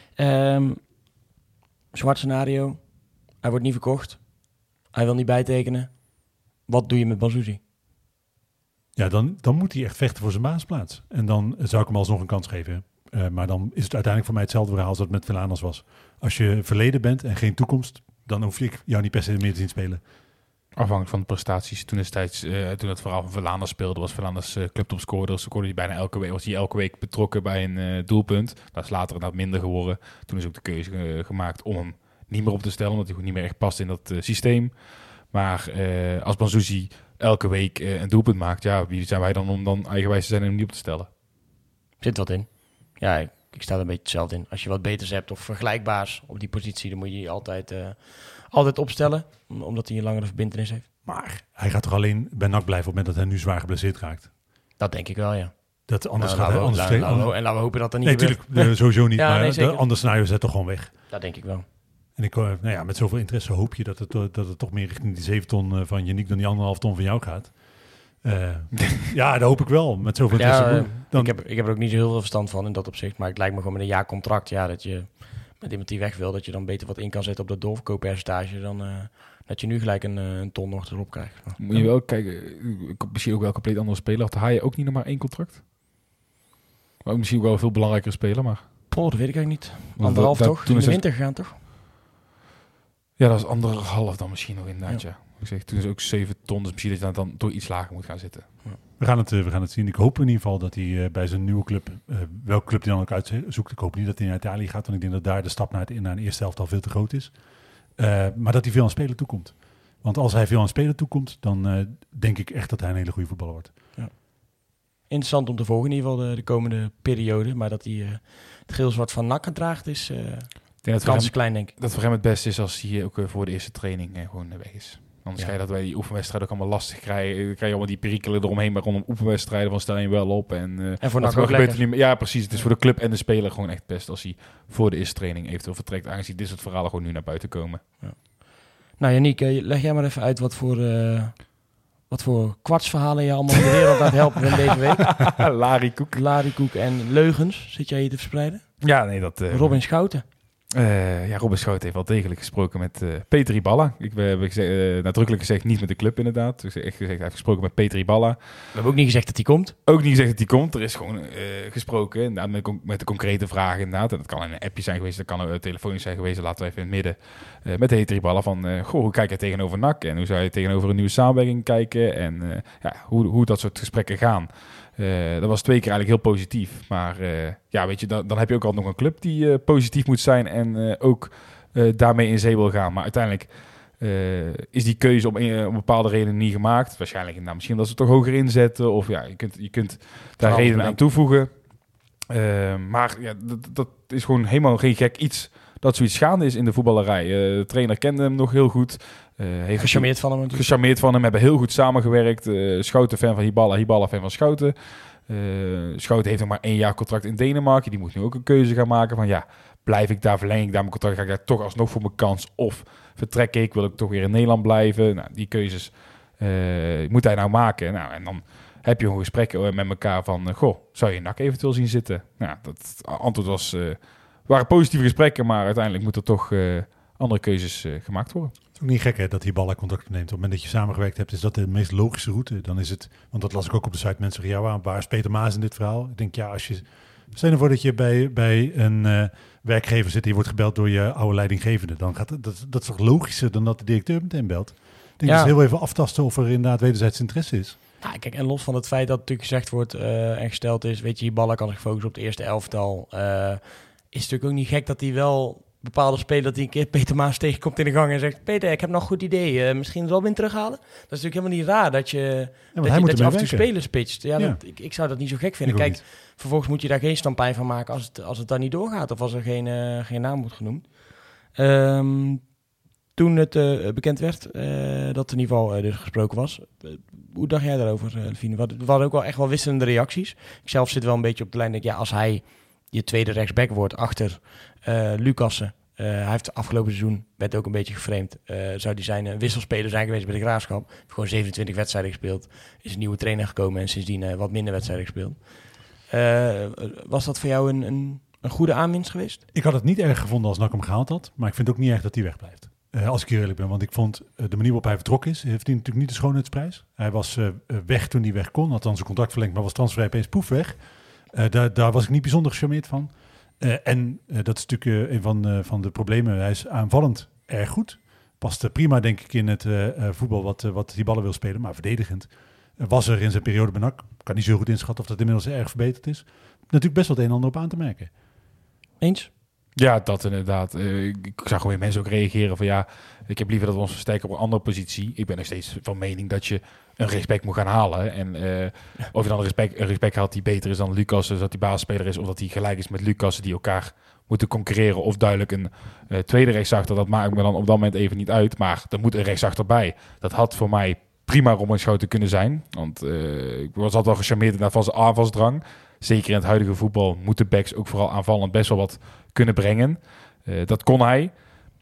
Zwart scenario. Hij wordt niet verkocht. Hij wil niet bijtekenen. Wat doe je met Banzuzi? Ja, dan moet hij echt vechten voor zijn basisplaats. En dan zou ik hem alsnog een kans geven. Maar dan is het uiteindelijk voor mij hetzelfde verhaal als dat met Velanas was. Als je verleden bent en geen toekomst, dan hoef ik jou niet per se meer te zien spelen. Afhankelijk van de prestaties. Toen het verhaal van Velanas speelde, was Velanas clubtopscorer. Scoorde hij bijna elke week betrokken bij een doelpunt. Dat is later inderdaad minder geworden. Toen is ook de keuze gemaakt om hem niet meer op te stellen, omdat hij niet meer echt past in dat systeem. Maar als Banzuzi elke week een doelpunt maakt, ja, wie zijn wij dan om dan eigenwijs te zijn en hem niet op te stellen? Zit wat in. Ja, ik sta er een beetje hetzelfde in. Als je wat beters hebt of vergelijkbaars op die positie, dan moet je altijd opstellen, omdat hij een langere verbintenis heeft. Maar hij gaat toch alleen bij NAC blijven op het moment dat hij nu zwaar geblesseerd raakt? Dat denk ik wel, ja. Dat anders en laten we hopen dat dat niet gebeurt. Nee, natuurlijk sowieso niet, ja, maar de andere scenario zet toch gewoon weg. Dat denk ik wel. En met zoveel interesse hoop je dat het toch meer richting die 7 ton van Yannick dan die 1,5 ton van jou gaat. Ja, dat hoop ik wel. Met zoveel interesse. Ik heb er ook niet zo heel veel verstand van in dat opzicht. Maar het lijkt me gewoon met een jaarcontract. Ja, dat je met iemand die weg wil, dat je dan beter wat in kan zetten op dat doorverkooppercentage dan dat je nu gelijk een ton nog erop krijgt. Moet je wel kijken, misschien ook wel een compleet andere speler. Had hij ook niet nog maar 1 contract? Maar misschien ook wel een veel belangrijker speler, maar... Oh, dat weet ik eigenlijk niet. 1,5 toch? Toen is de winter gegaan, toch? Ja, dat is 1,5 dan misschien nog inderdaad, ja. Ik zeg, toen is ook 7 ton, dus misschien dat je dan door iets lager moet gaan zitten. Ja. We gaan het zien. Ik hoop in ieder geval dat hij bij zijn nieuwe club, welke club hij dan ook uitzoekt, ik hoop niet dat hij naar Italië gaat, want ik denk dat daar de stap naar een eerste helft al veel te groot is. Maar dat hij veel aan spelen toekomt. Want als hij veel aan spelen toekomt, dan denk ik echt dat hij een hele goede voetballer wordt. Ja. Interessant om te volgen in ieder geval de komende periode. Maar dat hij het geel-zwart van NAC draagt is kans klein, denk ik. Dat voor hem het beste is als hij ook voor de eerste training gewoon weg is. Anders ga je dat bij die oefenwedstrijden ook allemaal lastig krijgen. Dan krijg je allemaal die perikelen eromheen, maar rondom oefenwedstrijden van stel je wel op. En voor NAC ook lekker. Ja, precies. Het is voor de club en de speler gewoon echt het beste als hij voor de eerste training eventueel vertrekt. Aangezien dit soort verhalen gewoon nu naar buiten komen. Ja. Nou Yannick, leg jij maar even uit wat voor kwartsverhalen je allemaal in de wereld aan het helpen bent deze week. Larry Koek en leugens zit jij hier te verspreiden? Ja, nee, dat... Robin Schouten. Robin Schouten heeft wel degelijk gesproken met Peter Iballa. We hebben nadrukkelijk gezegd, niet met de club inderdaad. Dus echt gezegd, hij heeft gesproken met Peter Iballa. We hebben ook niet gezegd dat hij komt. Ook niet gezegd dat hij komt. Er is gewoon gesproken inderdaad, met de concrete vragen inderdaad. En dat kan in een appje zijn geweest, dat kan telefonisch zijn geweest. Laten we even in het midden met Peter Iballa van... hoe kijk jij tegenover NAC? En hoe zou je tegenover een nieuwe samenwerking kijken? En hoe dat soort gesprekken gaan. Dat was 2 keer eigenlijk heel positief. Maar weet je, dan heb je ook altijd nog een club die positief moet zijn en ook daarmee in zee wil gaan. Maar uiteindelijk is die keuze om bepaalde redenen niet gemaakt. Waarschijnlijk misschien dat ze het toch hoger inzetten. Of je kunt daar redenen aan toevoegen. Maar dat is gewoon helemaal geen gek iets dat zoiets gaande is in de voetballerij. De trainer kende hem nog heel goed. Gecharmeerd van hem natuurlijk. Gecharmeerd van hem, hebben heel goed samengewerkt. Schouten fan van Hiballa, Hiballa fan van Schouten. Schouten heeft nog maar 1 jaar contract in Denemarken. Die moet nu ook een keuze gaan maken van blijf ik daar, verleng ik daar mijn contract, ga ik daar toch alsnog voor mijn kans of vertrek ik, wil ik toch weer in Nederland blijven. Nou, die keuzes moet hij nou maken. Nou, en dan heb je een gesprek met elkaar van, zou je NAC eventueel zien zitten? Nou, dat antwoord waren positieve gesprekken, maar uiteindelijk moeten er toch andere keuzes gemaakt worden. Het is ook niet gek hè, dat Hiballa contact neemt. Op het moment dat je samengewerkt hebt, is dat de meest logische route. Dan is het, want dat las ik ook op de site, mensen zeggen, waar is Peter Maas in dit verhaal? Ik denk, stel ervoor dat je bij een werkgever zit en je wordt gebeld door je oude leidinggevende. Dan gaat dat is toch logischer dan dat de directeur meteen belt? Ik denk dat ze heel even aftasten of er inderdaad wederzijds interesse is. Ja, kijk, en los van het feit dat natuurlijk gezegd wordt en gesteld is, weet je, Hiballa kan zich focussen op het eerste elftal. Is het natuurlijk ook niet gek dat hij wel bepaalde speler, dat hij een keer Peter Maas tegenkomt in de gang en zegt, Peter, ik heb nog een goed idee, misschien Robin terughalen? Dat is natuurlijk helemaal niet raar dat je af en toe spelers pitcht. Ik zou dat niet zo gek vinden. Kijk, vervolgens moet je daar geen stampijn van maken als het dan niet doorgaat of als er geen naam wordt genoemd. Toen het bekend werd dat in ieder geval dus gesproken was, hoe dacht jij daarover, Fine? We hadden ook wel echt wel wisselende reacties. Ik zelf zit wel een beetje op de lijn, denk als hij je tweede rechtsback wordt achter Lucassen. Hij heeft afgelopen seizoen, werd ook een beetje geframed, zou hij zijn wisselspeler zijn geweest bij de Graafschap. Heeft gewoon 27 wedstrijden gespeeld. Is een nieuwe trainer gekomen en sindsdien wat minder wedstrijden gespeeld. Was dat voor jou een goede aanwinst geweest? Ik had het niet erg gevonden als NAC hem gehaald had, maar ik vind ook niet erg dat hij wegblijft. Als ik hier eerlijk ben, want ik vond de manier waarop hij vertrokken is, heeft hij natuurlijk niet de schoonheidsprijs. Hij was weg toen hij weg kon, had dan zijn contract verlengd, maar was transfervrij opeens poef weg. Daar was ik niet bijzonder gecharmeerd van. En dat is natuurlijk een van de problemen. Hij is aanvallend erg goed. Past prima, denk ik, in het voetbal wat die ballen wil spelen. Maar verdedigend was er in zijn periode bij NAC. Ik kan niet zo goed inschatten of dat inmiddels erg verbeterd is. Natuurlijk best wel het een en ander op aan te merken. Eens? Ja, dat inderdaad. Ik zag gewoon mensen ook reageren van ik heb liever dat we ons versterken op een andere positie. Ik ben nog steeds van mening dat je een rechtsback moet gaan halen. En of je dan een rechtsback haalt die beter is dan Lucassen, dat die basisspeler is, of dat hij gelijk is met Lucassen, die elkaar moeten concurreren. Of duidelijk een tweede rechtsachter, dat maakt me dan op dat moment even niet uit. Maar er moet een rechtsachter bij. Dat had voor mij prima Robin Schouten kunnen zijn. Want ik was altijd wel gecharmeerd van zijn aanvalsdrang. Zeker in het huidige voetbal moeten backs ook vooral aanvallend best wel wat kunnen brengen. Dat kon hij.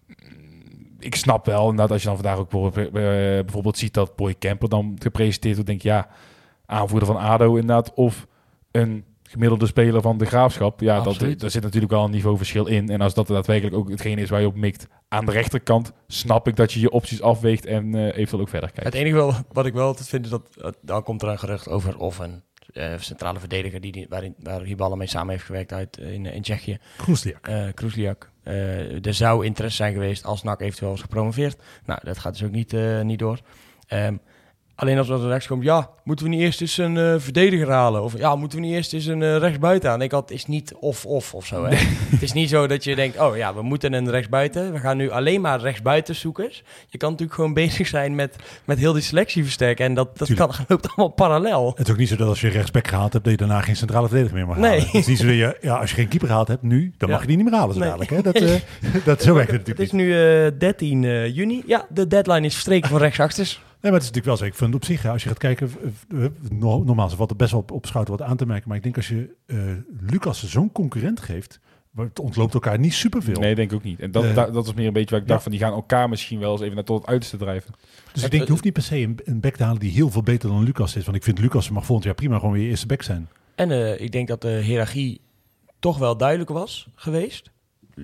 Ik snap wel, inderdaad, als je dan vandaag ook bijvoorbeeld ziet dat Boy Kemper dan gepresenteerd wordt, denk je, aanvoerder van ADO inderdaad, of een gemiddelde speler van de Graafschap. Ja, daar zit natuurlijk wel een niveauverschil in. En als dat daadwerkelijk ook hetgeen is waar je op mikt aan de rechterkant, snap ik dat je je opties afweegt en eventueel ook verder kijkt. Het enige wat ik wel altijd vind is dat dan komt er een gerucht over of een centrale verdediger waar Hiballa mee samen heeft gewerkt in Tsjechië. Kroesliak. Er zou interesse zijn geweest als NAC eventueel was gepromoveerd. Nou, dat gaat dus ook niet door. Alleen als we dan rechts komen, moeten we niet eerst eens een verdediger halen? Of moeten we niet eerst eens een rechtsbuiten aan? Ik had, het is niet of zo. Hè? Het is niet zo dat je denkt, we moeten een rechtsbuiten. We gaan nu alleen maar rechtsbuitenzoekers. Je kan natuurlijk gewoon bezig zijn met heel die selectie versterken. En dat loopt allemaal parallel. Het is ook niet zo dat als je rechtsback gehaald hebt, dat je daarna geen centrale verdediger meer mag halen. Het is niet zo dat als je geen keeper gehaald hebt nu, dan mag je die niet meer halen zo dadelijk. Hè? Dat zo werkt het natuurlijk. Het is nu 13 juni. Ja, de deadline is verstreken voor rechtsachters. Nee, maar het is natuurlijk wel zo. Ik vind op zich, als je gaat kijken, nogmaals, valt er best wel op Schouten wat aan te merken. Maar ik denk als je Lucassen zo'n concurrent geeft, het ontloopt elkaar niet superveel. Nee, denk ik ook niet. En dat is meer een beetje waar ik dacht van, die gaan elkaar misschien wel eens even tot het uiterste drijven. Dus ik denk, je hoeft niet per se een back te halen die heel veel beter dan Lucassen is. Want ik vind Lucassen mag volgend jaar prima gewoon weer je eerste back zijn. En ik denk dat de hiërarchie toch wel duidelijk was geweest.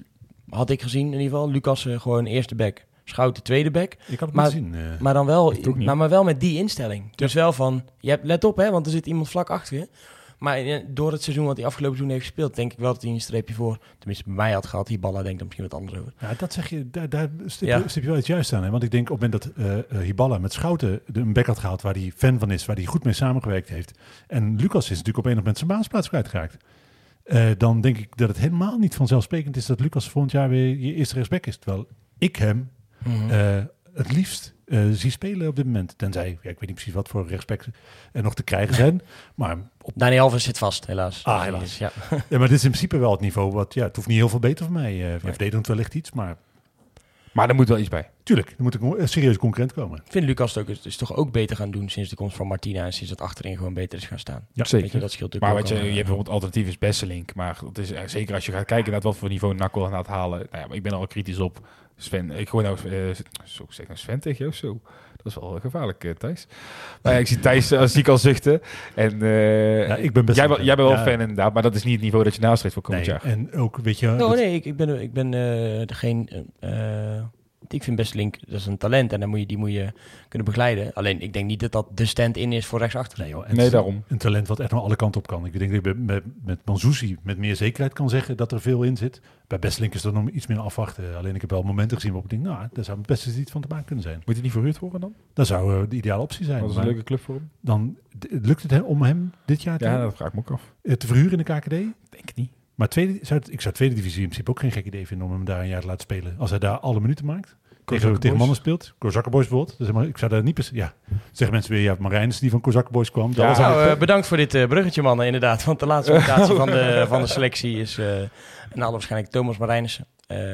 had ik gezien in ieder geval. Lucas gewoon eerste back. Schouten tweede back. Ik had het Maar- niet gezien. Maar dan wel, ook niet. maar wel met die instelling. Dus wel van, let op hè, want er zit iemand vlak achter je. Maar door het seizoen wat hij afgelopen seizoen heeft gespeeld, denk ik wel dat hij een streepje voor, tenminste bij mij had gehad. Hiballa denkt er misschien wat anders over. Ja, dat zeg je, daar Ja. stip je wel iets juist aan. Hè? Want ik denk op het moment dat Hiballa met Schouten een back had gehaald waar hij fan van is, waar hij goed mee samengewerkt heeft. En Lucas is natuurlijk op enig moment zijn basisplaats kwijtgeraakt. Dan denk ik dat het helemaal niet vanzelfsprekend is dat Lucas volgend jaar weer je eerste rechtsback is. Terwijl ik hem het liefst zie spelen op dit moment. Tenzij, ik weet niet precies wat voor rechtsback er nog te krijgen zijn. Maar Dani Alves zit vast, helaas. Ah, helaas. Ja. Ja, maar dit is in principe wel het niveau wat, het hoeft niet heel veel beter voor mij. Verdedigend wellicht iets, maar Maar er moet wel iets bij. tuurlijk, er moet een serieuze concurrent komen. Ik vind Lucas het ook is toch ook beter gaan doen sinds de komst van Martina en sinds dat achterin gewoon beter is gaan staan. Ja, zeker. Weet je, dat scheelt Maar natuurlijk wat je ook al, hebt bijvoorbeeld alternatief is Besselink. Maar het is, zeker als je gaat kijken naar wat voor niveau NAC wil aan het halen. Nou ja, maar ik ben er al kritisch op. Sven, ik gooi nou Sven tegen jou zo. Dat is wel gevaarlijk, Thijs. Maar ja, ik zie Thijs zie ik al zuchten. En Ik ben best jij bent wel ja. fan inderdaad, maar dat is niet het niveau dat je nastreeft voor komend Nee, jaar. en ook, weet je... Oh dat- nee, ik ben geen... ik vind Besselink, dat is een talent en die moet je kunnen begeleiden. Alleen, ik denk niet dat dat de stand-in is voor rechtsachter. Nee, joh, en het Nee, is daarom. een talent wat echt nog alle kanten op kan. Ik denk dat je met Manzouzi met meer zekerheid kan zeggen dat er veel in zit. Bij Besselink is er nog iets meer afwachten. Alleen ik heb wel momenten gezien waarop ik denk, nou, daar zou best eens iets van te maken kunnen zijn. Moet hij niet verhuurd worden dan? Dat zou de ideale optie zijn. Dat is een Maar leuke club voor hem. dan lukt het om hem dit jaar Ja, dat vraag ik me ook af. te verhuren in de KKD? Denk ik niet. Maar ik zou tweede divisie in principe ook geen gek idee vinden om hem daar een jaar te laten spelen. Als hij daar alle minuten maakt. Tegen mannen speelt. Kozakkenboys bijvoorbeeld. Dus ik zou daar niet... zeggen mensen weer, ja, Marijnus die van Kozakkenboys kwam. Dat was eigenlijk- Bedankt voor dit bruggetje, mannen, inderdaad. Want de laatste rotatie van de selectie is in alle waarschijnlijk Thomas Marijnissen.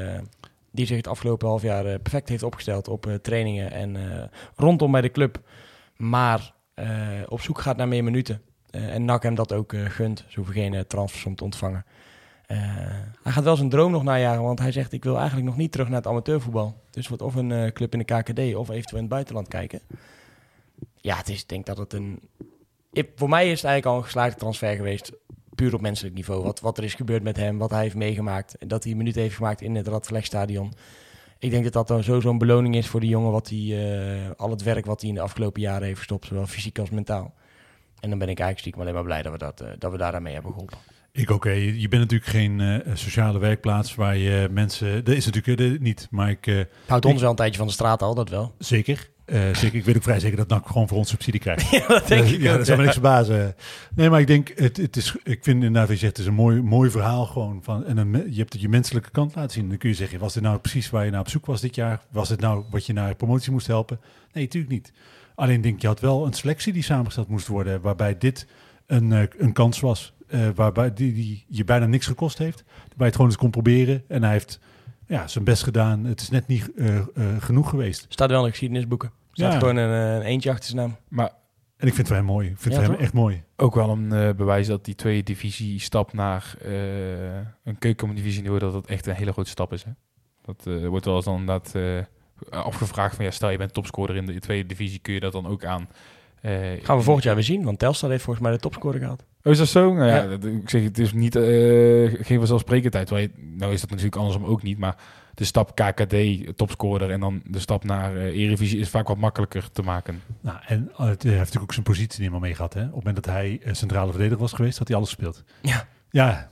Die zich het afgelopen half jaar perfect heeft opgesteld op trainingen en rondom bij de club. Maar op zoek gaat naar meer minuten. En NAC hem dat ook gunt. Ze hoeven geen transfersom te ontvangen. Hij gaat wel zijn droom nog najagen, want hij zegt ik wil eigenlijk nog niet terug naar het amateurvoetbal. Dus wordt of een club in de KKD of eventueel in het buitenland kijken. Ja, ik denk dat het voor mij is het eigenlijk al een geslaagde transfer geweest, puur op menselijk niveau. Wat er is gebeurd met hem, wat hij heeft meegemaakt, dat hij minuten heeft gemaakt in het Radverlegstadion. Ik denk dat dat dan sowieso een beloning is voor die jongen, al het werk wat hij in de afgelopen jaren heeft verstopt, zowel fysiek als mentaal. En dan ben ik eigenlijk stiekem alleen maar blij dat we daarmee hebben geholpen. Ik ook. Je bent natuurlijk geen sociale werkplaats waar je mensen... Dat is natuurlijk niet, maar ik... Houdt ons wel een tijdje van de straat al, dat wel. Zeker. Zeker. Ik weet ook vrij zeker dat NAC gewoon voor ons subsidie krijgt. Ja, dat denk ik Ja, ook. dat zou me niks verbazen. Nee, maar ik denk, ik vind inderdaad, wat je zegt, het is een mooi verhaal gewoon. Je hebt je menselijke kant laten zien. Dan kun je zeggen, was dit nou precies waar je naar op zoek was dit jaar? Was het nou wat je naar promotie moest helpen? Nee, natuurlijk niet. Alleen denk je had wel een selectie die samengesteld moest worden, waarbij dit een kans was. Waarbij die je bijna niks gekost heeft. Waar je het gewoon eens kon proberen. En hij heeft zijn best gedaan. Het is net niet genoeg geweest. Staat wel in de geschiedenisboeken. Staat gewoon een eentje achter zijn naam. Maar En ik vind het voor hem mooi. Ik vind het voor hem echt mooi. ook wel een bewijs dat die tweede divisie stap naar een keukendivisie niveau, dat echt een hele grote stap is. Hè? Dat wordt wel eens dan inderdaad afgevraagd van, stel je bent topscorer in de tweede divisie, kun je dat dan ook aan? Gaan we volgend jaar weer zien, want Telstar heeft volgens mij de topscorer gehaald. Oh, is dat zo? Nou ja, Ja. ik zeg, het is niet geen vanzelfsprekendheid. Nou is dat natuurlijk andersom ook niet, maar de stap KKD, topscorer en dan de stap naar Eredivisie is vaak wat makkelijker te maken. Nou, en hij heeft natuurlijk ook zijn positie niet helemaal mee gehad. Hè? Op het moment dat hij centrale verdediger was geweest, had hij alles gespeeld. Ja. Ja,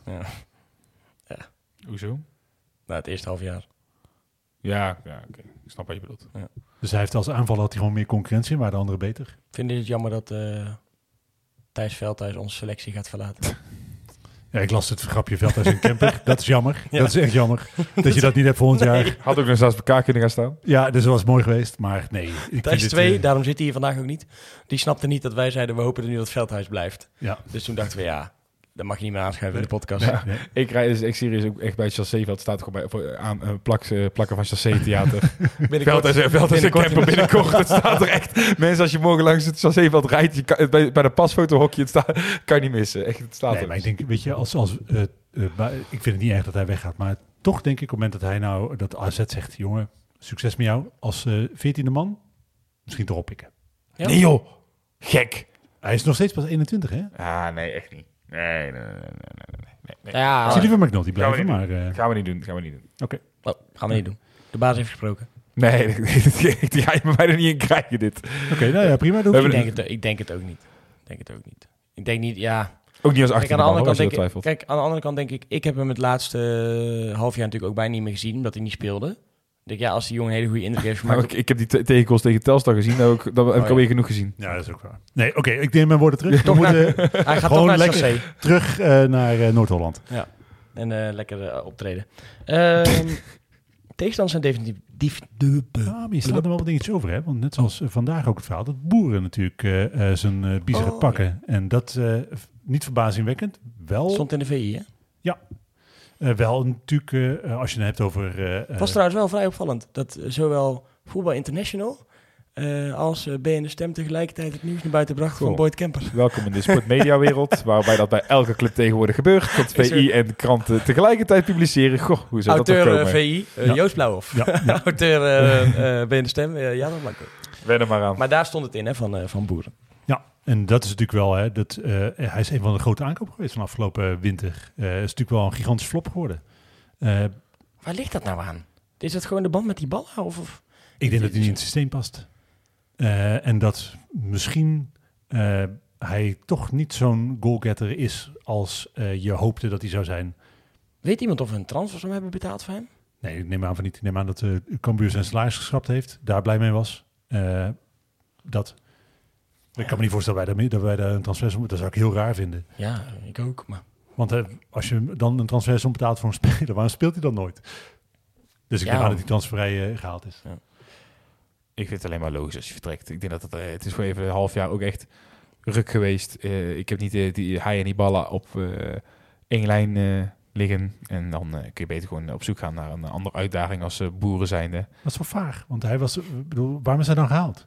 Hoezo? Nou, het eerste half jaar. Ja, oké. Ik snap wat je bedoelt. dus hij heeft als aanvaller had hij gewoon meer concurrentie en waren de anderen beter. Vind je het jammer dat Thijs Veldhuis onze selectie gaat verlaten? Ja, ik las het grapje Veldhuis en Kemper. Dat is jammer. Ja. Dat is echt jammer. Dat je dat niet hebt volgend jaar. Had ook nog zelfs bij elkaar kunnen gaan staan. Ja, dus dat was mooi geweest. Maar nee. Ik Thijs vind 2, dit, daarom zit hij hier vandaag ook niet. Die snapte niet dat wij zeiden, we hopen er nu dat Veldhuis blijft. ja. Dus toen dachten we, dat mag je niet meer aanschuiven in de podcast. Nee, nee. Ik rijd dus echt serieus ook echt bij het Chasséveld. Staat er gewoon plakken van Chassé Theater. Veldhuis en Kemper binnenkort. Het staat er echt. Mensen, als je morgen langs het Chasséveld rijdt, je kan, bij de pasfotohokje, kan je niet missen. Echt, het staat Nee, er. maar ik denk, weet je, ik vind het niet erg dat hij weggaat. Maar toch denk ik op het moment dat hij nou, dat AZ zegt, jongen, succes met jou als 14e man. Misschien toch oppikken. Ja. Nee joh, gek. Hij is nog steeds pas 21, hè? Ah, nee, echt niet. Nee. Ja, Ik zie liever McNulty Gaan we blijven, niet maar... doen. Gaan we niet doen. Oké. Oh, gaan we niet doen. De baas heeft gesproken. Nee, die ga je bij mij er niet in krijgen, dit. Oké, nou ja, prima. Ik denk het ook niet. Ik denk niet, ja... Ook niet als 18 Kijk, aan de andere kant denk twijfelt. aan de andere kant denk ik heb hem het laatste half jaar natuurlijk ook bijna niet meer gezien, omdat hij niet speelde. Ik denk, ja, als die jongen een hele goede indruk heeft gemaakt... Ik heb die tegengoals tegen Telstar gezien, dan heb ik alweer genoeg gezien. Ja, dat is ook waar. Nee, oké, ik neem mijn woorden terug. We Toch moeten hij gaat toch gewoon naar het lekker chassé. terug naar Noord-Holland. Ja, en lekker optreden. Tegenstanders zijn definitief... Ja, maar je slaat er wel wat dingetjes over, hè? Want net zoals vandaag ook het verhaal, dat boeren natuurlijk zijn biezen gaat pakken. Ja. En dat niet verbazingwekkend. Wel, Stond in de VI, hè? wel natuurlijk, als je het hebt over... Het was trouwens wel vrij opvallend dat zowel Voetbal International als BN De Stem tegelijkertijd het nieuws naar buiten bracht van Boyd Kempers. Welkom in de sportmediawereld, waarbij dat bij elke club tegenwoordig gebeurt. Dat VI en kranten tegelijkertijd publiceren. Goh, hoe zou dat toch komen? Auteur VI, Joost Blauwhof. Ja. Auteur BN De Stem, Jan Blanco. Wen er maar aan. Maar daar stond het in, hè, van boeren. Ja, en dat is natuurlijk wel, hè, hij is een van de grote aankopen geweest van afgelopen winter. Het is natuurlijk wel een gigantisch flop geworden. Waar ligt dat nou aan? Is het gewoon de band met die ballen? Of? Ik denk dat hij niet in het systeem past. En dat misschien hij toch niet zo'n goalgetter is als je hoopte dat hij zou zijn. Weet iemand of we een transfer hebben betaald voor hem? Nee, ik neem aan van niet. Ik neem aan dat Cambuur zijn salaris geschrapt heeft. Daar blij mee was. Ik kan me niet voorstellen dat wij daar een transfersom... Dat zou ik heel raar vinden. Ja, ik ook. Maar... Want als je dan een transfersom betaalt voor een speler, waarom speelt hij dan nooit? Dus ik neem aan dat hij transfervrij gehaald is. Ja. Ik vind het alleen maar logisch als je vertrekt. Ik denk dat het is voor even een half jaar ook echt ruk geweest. Ik heb niet hij en die ballen op één lijn liggen. En dan kun je beter gewoon op zoek gaan naar een andere uitdaging als boeren zijnde. Dat is wel vaag, want hij was... waarom is hij dan gehaald?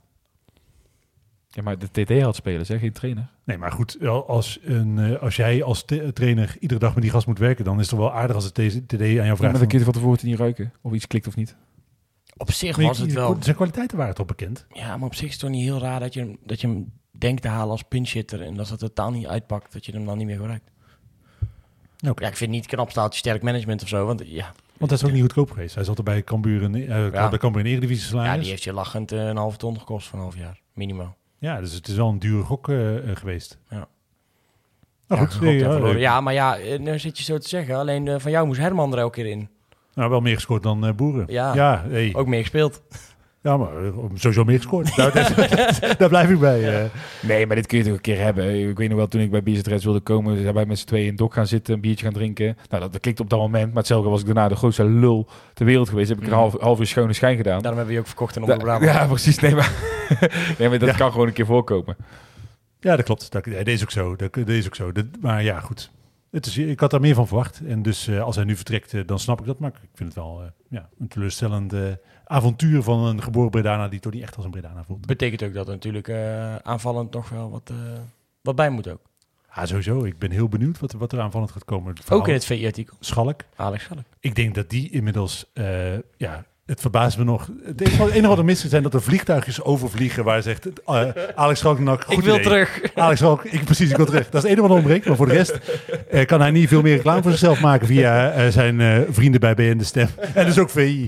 Ja, maar de TD had spelen, zeg, geen trainer. Nee, maar goed, als jij als trainer iedere dag met die gast moet werken, dan is het toch wel aardig als het TD aan jou vraagt. Maar dan kun je van tevoren niet ruiken of iets klikt of niet. Op zich was het wel... Zijn kwaliteiten waren toch bekend? Ja, maar op zich is het toch niet heel raar dat je hem denkt te halen als pinchhitter en dat het totaal niet uitpakt, dat je hem dan niet meer gebruikt. Okay. Ja, ik vind niet knap staaltje sterk management of zo, want ja... Want hij is ook niet goedkoop geweest. Hij zat er bij Cambuur in Eredivisie salaris. Ja, die heeft je lachend een halve ton gekost voor een half jaar, minimaal. Ja, dus het is wel een dure gok geweest. Ja. Nou goed. Ja, maar ja, nu zit je zo te zeggen. Alleen van jou moest Herman er elke keer in. Nou, wel meer gescoord dan Boeren. Ja, hey. Ook meer gespeeld. Ja, maar sowieso meer gescoord. Daar blijf ik bij. Nee, maar dit kun je toch een keer hebben. Ik weet nog wel, toen ik bij BZ Reds wilde komen, zijn wij met z'n tweeën in het dok gaan zitten, een biertje gaan drinken. Nou, dat klikt op dat moment. Maar hetzelfde was ik daarna de grootste lul ter wereld geweest. Heb ik een half uur schone schijn gedaan. Daarom hebben we je ook verkocht in Brabant. Ja, precies. Nee, maar dat kan gewoon een keer voorkomen. Ja, dat klopt. Dat is ook zo. Dat is ook zo. Maar ja, goed. Ik had daar meer van verwacht. En dus als hij nu vertrekt, dan snap ik dat. Maar ik vind het wel een teleurstellend avontuur van een geboren Bredana die toch niet echt als een Bredana voelt. Betekent ook dat er natuurlijk aanvallend nog wel wat bij moet ook. Ja, sowieso. Ik ben heel benieuwd wat er aanvallend gaat komen. Ook in het VI-artikel. Schalk. Alex Schalk. Ik denk dat die inmiddels... het verbaast me nog. Het enige wat er mis is zijn dat er vliegtuigjes overvliegen waar zegt Alex Schalk, ik wil terug. Alex Schalk, ik wil terug. Dat is het enige wat ontbreekt. Maar voor de rest kan hij niet veel meer reclame voor zichzelf maken via zijn vrienden bij BN De Stem. En dus ook VI.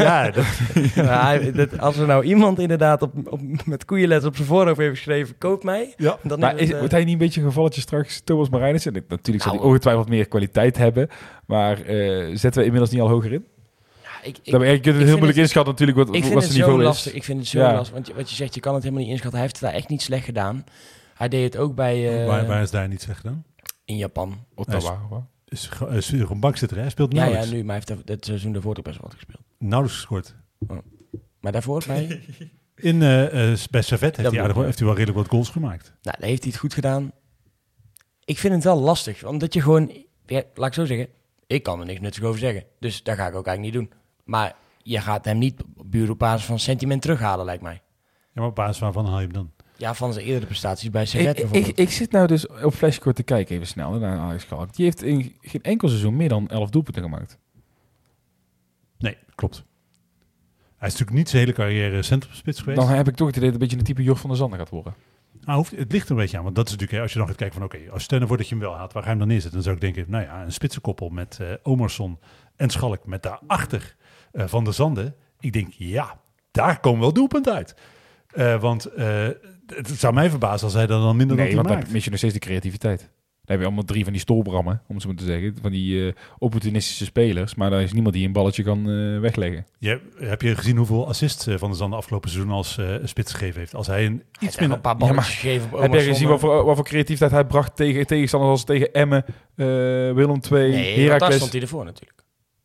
Als er nou iemand inderdaad met koeienletters op zijn voorhoofd heeft geschreven, koop mij. Ja. Dan wordt hij niet een beetje een gevalletje straks, Thomas Marijnissen? Natuurlijk zal hij ongetwijfeld meer kwaliteit hebben. Maar zetten we inmiddels niet al hoger in? Je kunt het heel moeilijk inschatten natuurlijk wat zijn niveau is. Ik vind het zo lastig. Want wat je zegt, je kan het helemaal niet inschatten. Hij heeft het daar echt niet slecht gedaan. Hij deed het ook bij... Waar is daar niet slecht gedaan? In Japan. Ottawa. Is een bankzitter, hè? Hij speelt nauwelijks. Ja, nu. Maar hij heeft het seizoen daarvoor ook best wel wat gespeeld. Nauwelijks gescoord. Oh. Maar daarvoor bij... Bij Servette heeft hij wel redelijk wat goals gemaakt. Nou, daar heeft hij het goed gedaan. Ik vind het wel lastig. Omdat je gewoon... Ja, laat ik zo zeggen. Ik kan er niks nuttigs over zeggen. Dus daar ga ik ook eigenlijk niet doen. Maar je gaat hem niet puur op basis van sentiment terughalen, lijkt mij. Ja, maar op basis waarvan haal je hem dan? Ja, van zijn eerdere prestaties bij Servette bijvoorbeeld. Ik zit nou dus op Flashcore te kijken, even snel, naar Alex Schalk. Die heeft in geen enkel seizoen meer dan 11 doelpunten gemaakt. Nee, klopt. Hij is natuurlijk niet zijn hele carrière centrumspits geweest. Dan heb ik toch het idee dat het een beetje een type Jort van der Zanden gaat worden. Nou, het ligt er een beetje aan, want dat is natuurlijk, als je dan gaat kijken van als stel voor dat je hem wel haalt, waar ga je hem dan neerzetten? Dan zou ik denken, een spitsenkoppel met Omarsson en Schalk met daarachter Van der Zanden. Ik denk, ja, daar komen wel doelpunten uit. Want het zou mij verbazen als hij dan minder dan 10 maakt. Want dan mis je nog steeds de creativiteit. Dan heb je allemaal 3 van die stolbrammen, om het zo maar te zeggen. Van die opportunistische spelers. Maar daar is niemand die een balletje kan wegleggen. Heb je gezien hoeveel assists Van der Zanden afgelopen seizoen als spits gegeven heeft? Als hij iets minder... een paar balletjes gegeven op Heb jij gezien wat voor creativiteit hij bracht tegen tegenstanders als tegen Emmen, Willem II, Nee, Heracles? daar stond hij ervoor natuurlijk.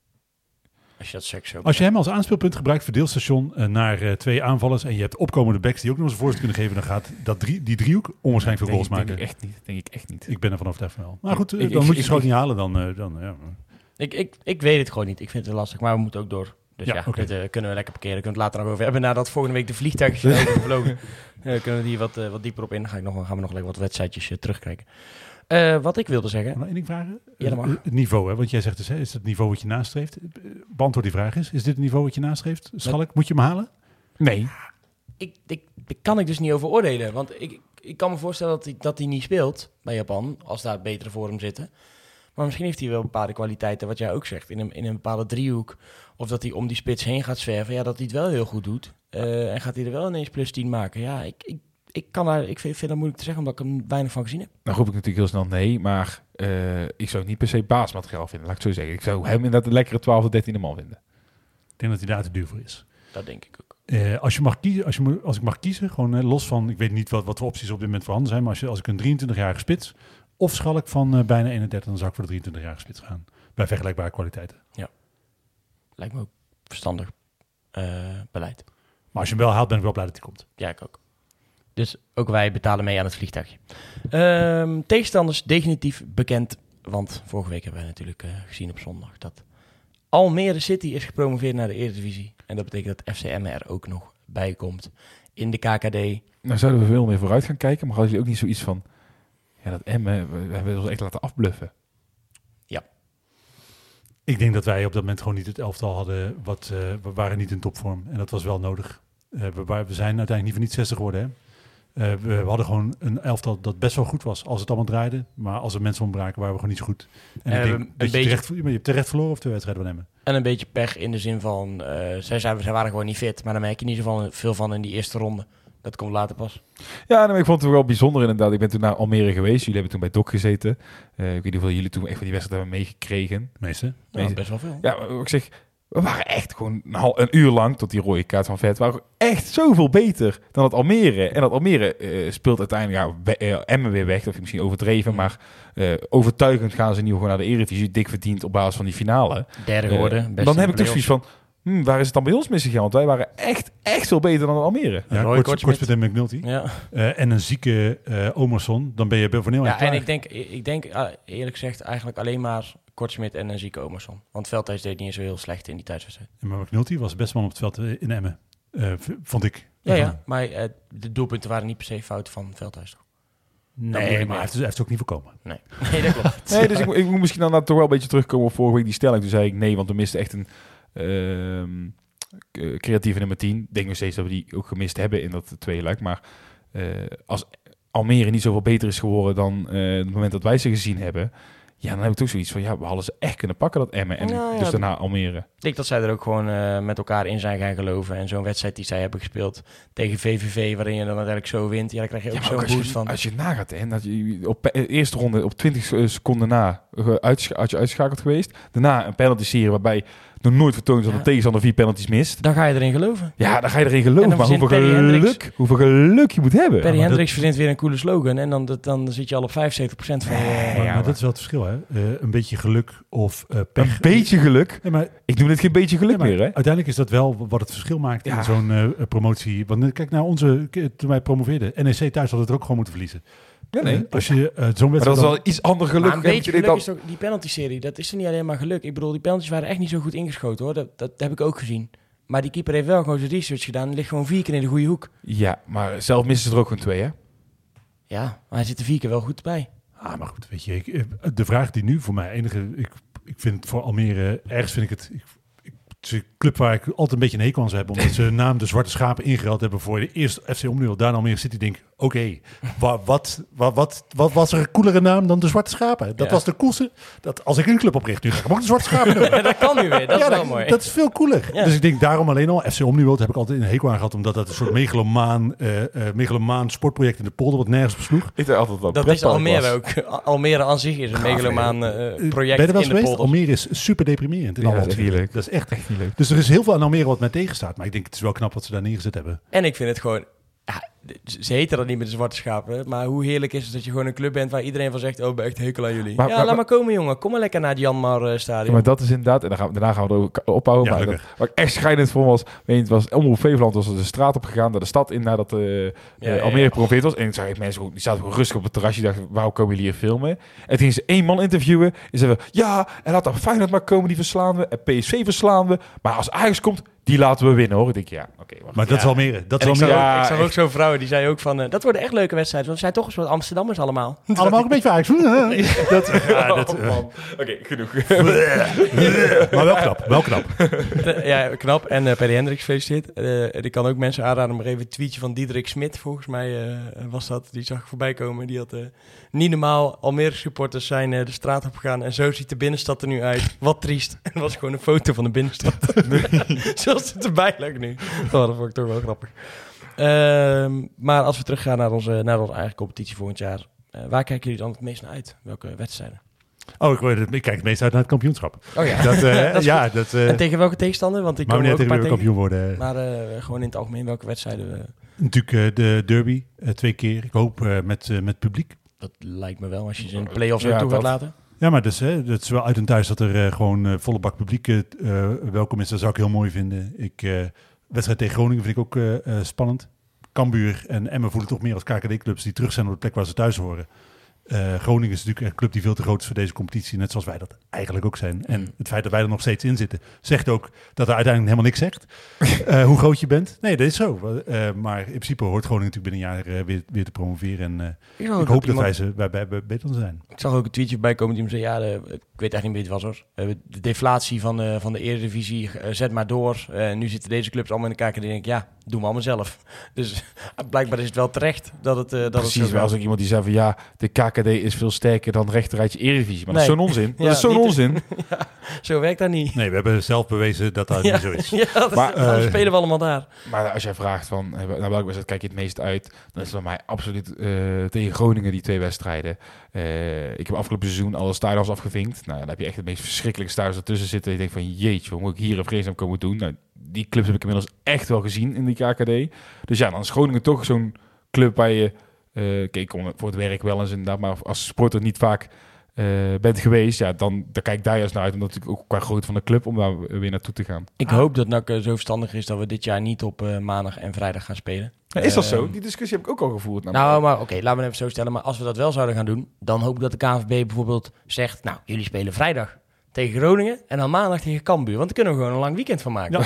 Als je dat seks zo... Als je hem als aanspeelpunt gebruikt, verdeelstation naar 2 aanvallers en je hebt opkomende backs die ook nog eens een voorzet kunnen geven, dan gaat die driehoek onwaarschijnlijk veel goals maken. Denk ik echt niet. Ik ben ervan overtuigd van wel. Maar goed, dan moet je het niet halen. Dan. Ik weet het gewoon niet. Ik vind het lastig, maar we moeten ook door. Dus oké. dit kunnen we lekker parkeren. Kunnen we het later nog over hebben. Nadat volgende week de vliegtuigjes zijn overgevlogen, kunnen we die wat dieper op in. Dan gaan we nog lekker wat wedstrijdjes terugkijken. Wat ik wilde zeggen... Mag ik één ding vragen? Ja, dat mag. Het niveau, hè? Want jij zegt dus, is het niveau wat je nastreeft? Beantwoord die vraag is dit het niveau wat je nastreeft? Schalk, moet je hem halen? Nee. Daar kan ik dus niet over oordelen. Want ik kan me voorstellen dat hij niet speelt bij Japan, als daar betere voor hem zitten. Maar misschien heeft hij wel bepaalde kwaliteiten, wat jij ook zegt, in een bepaalde driehoek. Of dat hij om die spits heen gaat zwerven. Ja, dat hij het wel heel goed doet. En gaat hij er wel ineens plus 10 maken. Ja, ik vind dat moeilijk te zeggen, omdat ik er weinig van gezien heb. Nou roep ik natuurlijk heel snel nee, maar ik zou het niet per se basismateriaal vinden, laat ik het zo zeggen. Ik zou hem inderdaad een lekkere 12e, 13e man vinden. Ik denk dat hij daar te duur voor is. Dat denk ik ook. Als ik mag kiezen, gewoon los van, ik weet niet wat voor opties op dit moment voorhanden zijn, maar als ik een 23-jarige spits of Schalk van bijna 31, dan zou ik voor de 23-jarige spits gaan. Bij vergelijkbare kwaliteiten. Ja. Lijkt me ook verstandig beleid. Maar als je hem wel haalt, ben ik wel blij dat hij komt. Ja, ik ook. Dus ook wij betalen mee aan het vliegtuigje. Tegenstanders definitief bekend. Want vorige week hebben we natuurlijk gezien op zondag dat Almere City is gepromoveerd naar de Eredivisie. En dat betekent dat FCM er ook nog bij komt in de KKD. Nou zouden we veel meer vooruit gaan kijken, maar hadden jullie ook niet zoiets van... Ja, dat Emmen, we hebben ons echt laten afbluffen. Ja. Ik denk dat wij op dat moment gewoon niet het elftal hadden. We waren niet in topvorm. En dat was wel nodig. We zijn uiteindelijk niet voor niet 60 geworden, hè. We hadden gewoon een elftal dat best wel goed was als het allemaal draaide. Maar als er mensen ontbraken, waren we gewoon niet zo goed. En ik denk dat je hebt terecht verloren of 2 wedstrijden van Emmen. En een beetje pech in de zin van, zij waren gewoon niet fit. Maar daar merk je niet veel van in die eerste ronde. Dat komt later pas. Ja, nou, ik vond het wel bijzonder inderdaad. Ik ben toen naar Almere geweest. Jullie hebben toen bij Doc gezeten. Ik weet niet hoeveel jullie toen echt van die wedstrijd hebben meegekregen. Meeste. Ja, best wel veel. Ja, ik zeg... We waren echt gewoon een uur lang, tot die rode kaart van Vet, waren we echt zoveel beter dan het Almere. En dat Almere speelt uiteindelijk Emmen weer weg, dat is misschien overdreven, maar overtuigend gaan ze nu gewoon naar de Eredivisie, dik verdiend op basis van die finale. Derde geworden. Dan heb ik toch zoiets van, waar is het dan bij ons misgegaan? Want wij waren echt veel beter dan Almere. Ja, kort met McNulty. Ja. En een zieke Omerson, dan ben je voor heel erg klaar. En ik denk eerlijk gezegd eigenlijk alleen maar Kortsmit en een zieke Omerson. Want Veldhuis deed niet eens zo heel slecht in die thuiswedstrijd. Ja, maar McNulty was best wel op het veld in Emmen, vond ik. Ja, maar de doelpunten waren niet per se fout van Veldhuis. Nee, maar hij heeft het ook niet voorkomen. Nee, dat klopt. Nee, dus ik moet misschien dan toch wel een beetje terugkomen op vorige week die stelling. Toen zei ik nee, want we misten echt een creatieve nummer 10. Ik denk nog steeds dat we die ook gemist hebben in dat tweeluik. Maar als Almere niet zoveel beter is geworden dan het moment dat wij ze gezien hebben... Ja, dan heb ik toch zoiets van, we hadden ze echt kunnen pakken, dat Emmen. En dus daarna Almere. Ik denk dat zij er ook gewoon met elkaar in zijn gaan geloven. En zo'n wedstrijd die zij hebben gespeeld tegen VVV, waarin je dan uiteindelijk zo wint. Ja, dan krijg je ook zo'n boost van. Als je nagaat, hè, dat je op de eerste ronde op 20 seconden na had je uitgeschakeld geweest. Daarna een penalty-serie waarbij nog nooit vertoond dat de tegenstander 4 penalties mist. Dan ga je erin geloven. Ja, dan ga je erin geloven. Maar hoeveel geluk je moet hebben. Perry Hendricks verzint weer een coole slogan. En dan zit je al op 75% van maar dat is wel het verschil, hè? Een beetje geluk of pech. Een beetje geluk? Ja, maar, ik noem dit geen beetje geluk meer, hè? Uiteindelijk is dat wel wat het verschil maakt in zo'n promotie. Want kijk naar toen wij promoveerden. NEC thuis had het er ook gewoon moeten verliezen. Ja, nee. Als je zo'n wedstrijd... Maar dat is wel iets ander geluk. Maar een beetje geluk is toch die penalty-serie. Dat is er niet alleen maar geluk. Ik bedoel, die penalties waren echt niet zo goed ingeschoten, hoor. Dat heb ik ook gezien. Maar die keeper heeft wel gewoon zijn research gedaan. Er ligt gewoon 4 keer in de goede hoek. Ja, maar zelf missen ze er ook gewoon 2, hè? Ja, maar hij zit er 4 keer wel goed bij. Maar goed, weet je, de vraag die nu voor mij enige... Ik vind het voor Almere, ergens vind ik het... Het is een club waar ik altijd een beetje een hekel aan zou hebben, omdat ze naam de zwarte schapen ingeruild hebben voor de eerste FC Omnieuw. Daarna Almere City denk Oké, wat was er een coolere naam dan de Zwarte Schapen? Dat was de coolste. Als ik een club opricht, nu ga ik hem ook de Zwarte Schapen doen. Ja, dat kan nu weer, dat is wel mooi. Dat is veel cooler. Ja. Dus ik denk daarom alleen al, FC Omniworld heb ik altijd een hekel aan gehad, omdat dat een soort megalomaan sportproject in de polder wat nergens besloeg. Ik dacht altijd wel Dat is pretpark Almere was. ook. Almere aan zich is een megalomaan project Ben je er wel in eens de geweest? polder. Almere is super deprimerend. In Ja, alle dat is niet opzichten. leuk. Dat is echt. Echt niet leuk. Dus er is heel veel aan Almere wat mij tegenstaat. Maar ik denk, het is wel knap wat ze daar neergezet hebben. En ik vind het gewoon... Ja, ze heten dat niet met de Zwarte Schapen. Maar hoe heerlijk is het dat je gewoon een club bent waar iedereen van zegt... Oh, ik ben echt hekel aan jullie. Maar- laat maar komen, jongen. Kom maar lekker naar het Janmar stadion. Ja, maar dat is inderdaad, en daarna gaan we er ophouden. Ja, maar dat, gelukkig. wat ik echt schrijnend vond was, het was Omroep Flevoland was er de straat op gegaan, naar de stad in, nadat Almere gepromoveerd was. En ik zag ik mensen ook, die zaten gewoon rustig op het terrasje, die dachten, waarom komen jullie hier filmen? En toen gingen ze 1 man interviewen, en zeiden ja, en laat dan Feyenoord maar komen, die verslaan we, en PSV verslaan we, maar als Ajax komt, die laten we winnen, hoor. Ik denk, ja, oké, wacht. Maar dat is Almere. Dat is En ik Almere. zag, Ja, ik zag ook echt. zo'n vrouw, die zei ook van... dat worden echt leuke wedstrijden, want we zijn toch een soort Amsterdammers allemaal. Allemaal ook een beetje Ajax. Oké, genoeg. Maar wel knap. Wel knap. Ja, knap. En Perry Hendricks gefeliciteerd. Ik kan ook mensen aanraden om even een tweetje van Diederik Smit, volgens mij was dat. Die zag ik voorbij komen. Die had niet normaal. Almere supporters zijn de straat op gegaan en zo ziet de binnenstad er nu uit. Wat triest. En dat was gewoon een foto van de binnenstad. Zoals het erbij lijkt nu. Oh, dat vond ik toch wel grappig. Maar als we teruggaan naar onze eigen competitie volgend jaar. Waar kijken jullie dan het meest naar uit? Welke wedstrijden? Ik kijk het meest uit naar het kampioenschap. Oh ja. Dat is En tegen welke tegenstander? Want ik maar kom niet ook een tegen paar wie we tegen. kampioen worden. Maar gewoon in het algemeen, welke wedstrijden? Natuurlijk de derby, 2 keer. Ik hoop met publiek. Dat lijkt me wel, als je ze in de play-offs Ja, ook toe gaat dat. laten. Ja, maar dus, het is wel uit en thuis dat er gewoon volle bak publiek welkom is. Dat zou ik heel mooi vinden. Wedstrijd tegen Groningen vind ik ook spannend. Cambuur en Emmen voelen toch meer als KKD-clubs die terug zijn op de plek waar ze thuis horen. Groningen is natuurlijk een club die veel te groot is voor deze competitie. Net zoals wij dat eigenlijk ook zijn. En het feit dat wij er nog steeds in zitten, zegt ook dat er uiteindelijk helemaal niks zegt. Hoe groot je bent. Nee, dat is zo. Maar in principe hoort Groningen natuurlijk binnen een jaar weer te promoveren. En ik hoop dat wij beter zijn. Ik zag ook een tweetje bij komen die me zei, ik weet echt niet meer wie het was hoor. De deflatie van de Eredivisie, zet maar door. Nu zitten deze clubs allemaal in de KKD en denk ik, doen we allemaal zelf. Dus blijkbaar is het wel terecht dat het Precies, het maar als ook iemand die zei van de KKD is veel sterker dan rechterrijtje Eredivisie. Maar dat is zo'n onzin. Dat is zo'n onzin. Zo werkt dat niet. Nee, we hebben zelf bewezen dat dat niet zo is. Maar dan spelen we allemaal daar. Maar als jij vraagt van naar welke wedstrijd kijk je het meest uit, dan is het bij mij absoluut tegen Groningen die 2 wedstrijden. Ik heb afgelopen seizoen alle stadions afgevinkt. Nou, dan heb je echt het meest verschrikkelijke stadions ertussen zitten. Je denkt van jeetje, wat moet ik hier een vreedzaam komen doen? Nou, die clubs heb ik inmiddels echt wel gezien in die KKD. Dus ja, dan is Groningen toch zo'n club waar je... ik kom voor het werk wel eens inderdaad, maar als sporter niet vaak bent geweest, dan kijk ik daar juist naar uit. Omdat ik ook qua grootte van de club om daar weer naartoe te gaan. Ik hoop dat NAC zo verstandig is dat we dit jaar niet op maandag en vrijdag gaan spelen. Ja, is dat zo? Die discussie heb ik ook al gevoerd. Maar oké, laten we even zo stellen. Maar als we dat wel zouden gaan doen, dan hoop ik dat de KNVB bijvoorbeeld zegt, jullie spelen vrijdag tegen Groningen en dan maandag tegen Cambuur. Want daar kunnen we gewoon een lang weekend van maken.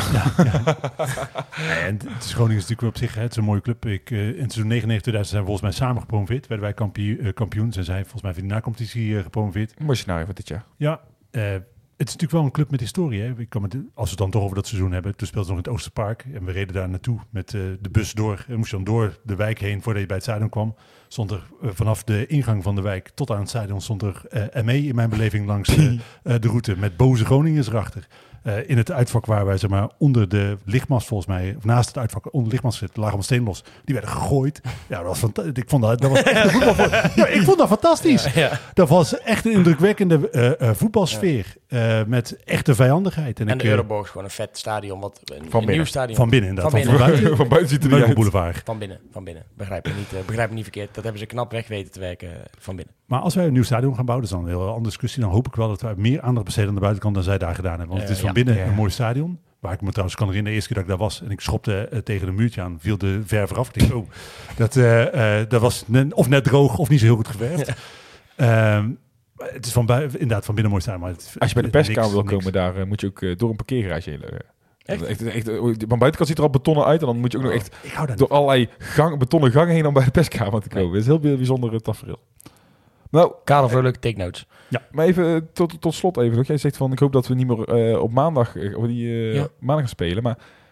En het is Groningen is natuurlijk op zich, het is een mooie club. In het seizoen 99-2000 zijn we volgens mij samen gepromoveerd. Werden wij kampioen. En zij volgens mij voor de na-competitie gepromoveerd. Mooi scenario van dit jaar. Ja, het is natuurlijk wel een club met historie. Hè? Als we het dan toch over dat seizoen hebben. Toen speelde ze nog in het Oosterpark. En we reden daar naartoe met de bus door. En moest je dan door de wijk heen voordat je bij het stadion kwam. Stond er vanaf de ingang van de wijk tot aan het stadion stond er ME in mijn beleving langs de route. Met boze Groningers erachter. In het uitvak waar wij onder de lichtmast volgens mij, of naast het uitvak onder de lichtmast zitten, lagen allemaal steenlos. Die werden gegooid. Ja, dat was fantastisch. Ik vond dat was echt een voetbalvoor. Ja, ik vond dat fantastisch. Ja. Dat was echt een indrukwekkende voetbalsfeer met echte vijandigheid. En de Euroborg is gewoon een vet stadion, een nieuw stadion. Van binnen inderdaad. Van buiten ziet het eruit. Boulevard. Van binnen. Begrijp me niet verkeerd. Dat hebben ze knap weg weten te werken van binnen. Maar als wij een nieuw stadion gaan bouwen, dat is dan een heel andere discussie. Dan hoop ik wel dat wij meer aandacht besteden aan de buitenkant dan zij daar gedaan hebben. Want het is van binnen een mooi stadion. Waar ik me trouwens kan herinneren, de eerste keer dat ik daar was en ik schopte tegen een muurtje aan, viel de verf eraf. Ik denk, dat was net droog of niet zo heel goed geverfd. Ja. Het is inderdaad van binnen mooi stadion. Maar als je bij de perskamer wil komen, daar moet je ook door een parkeergarage heen. Echt, van buitenkant ziet er al betonnen uit en dan moet je ook nog echt door allerlei betonnen gangen heen om bij de perskamer te komen. Dat is een heel bijzonder tafereel. Nou, Karel Vrolijk, take notes. Ja, maar even tot slot even nog. Jij zegt van, ik hoop dat we niet meer op maandag maandag gaan spelen. Maar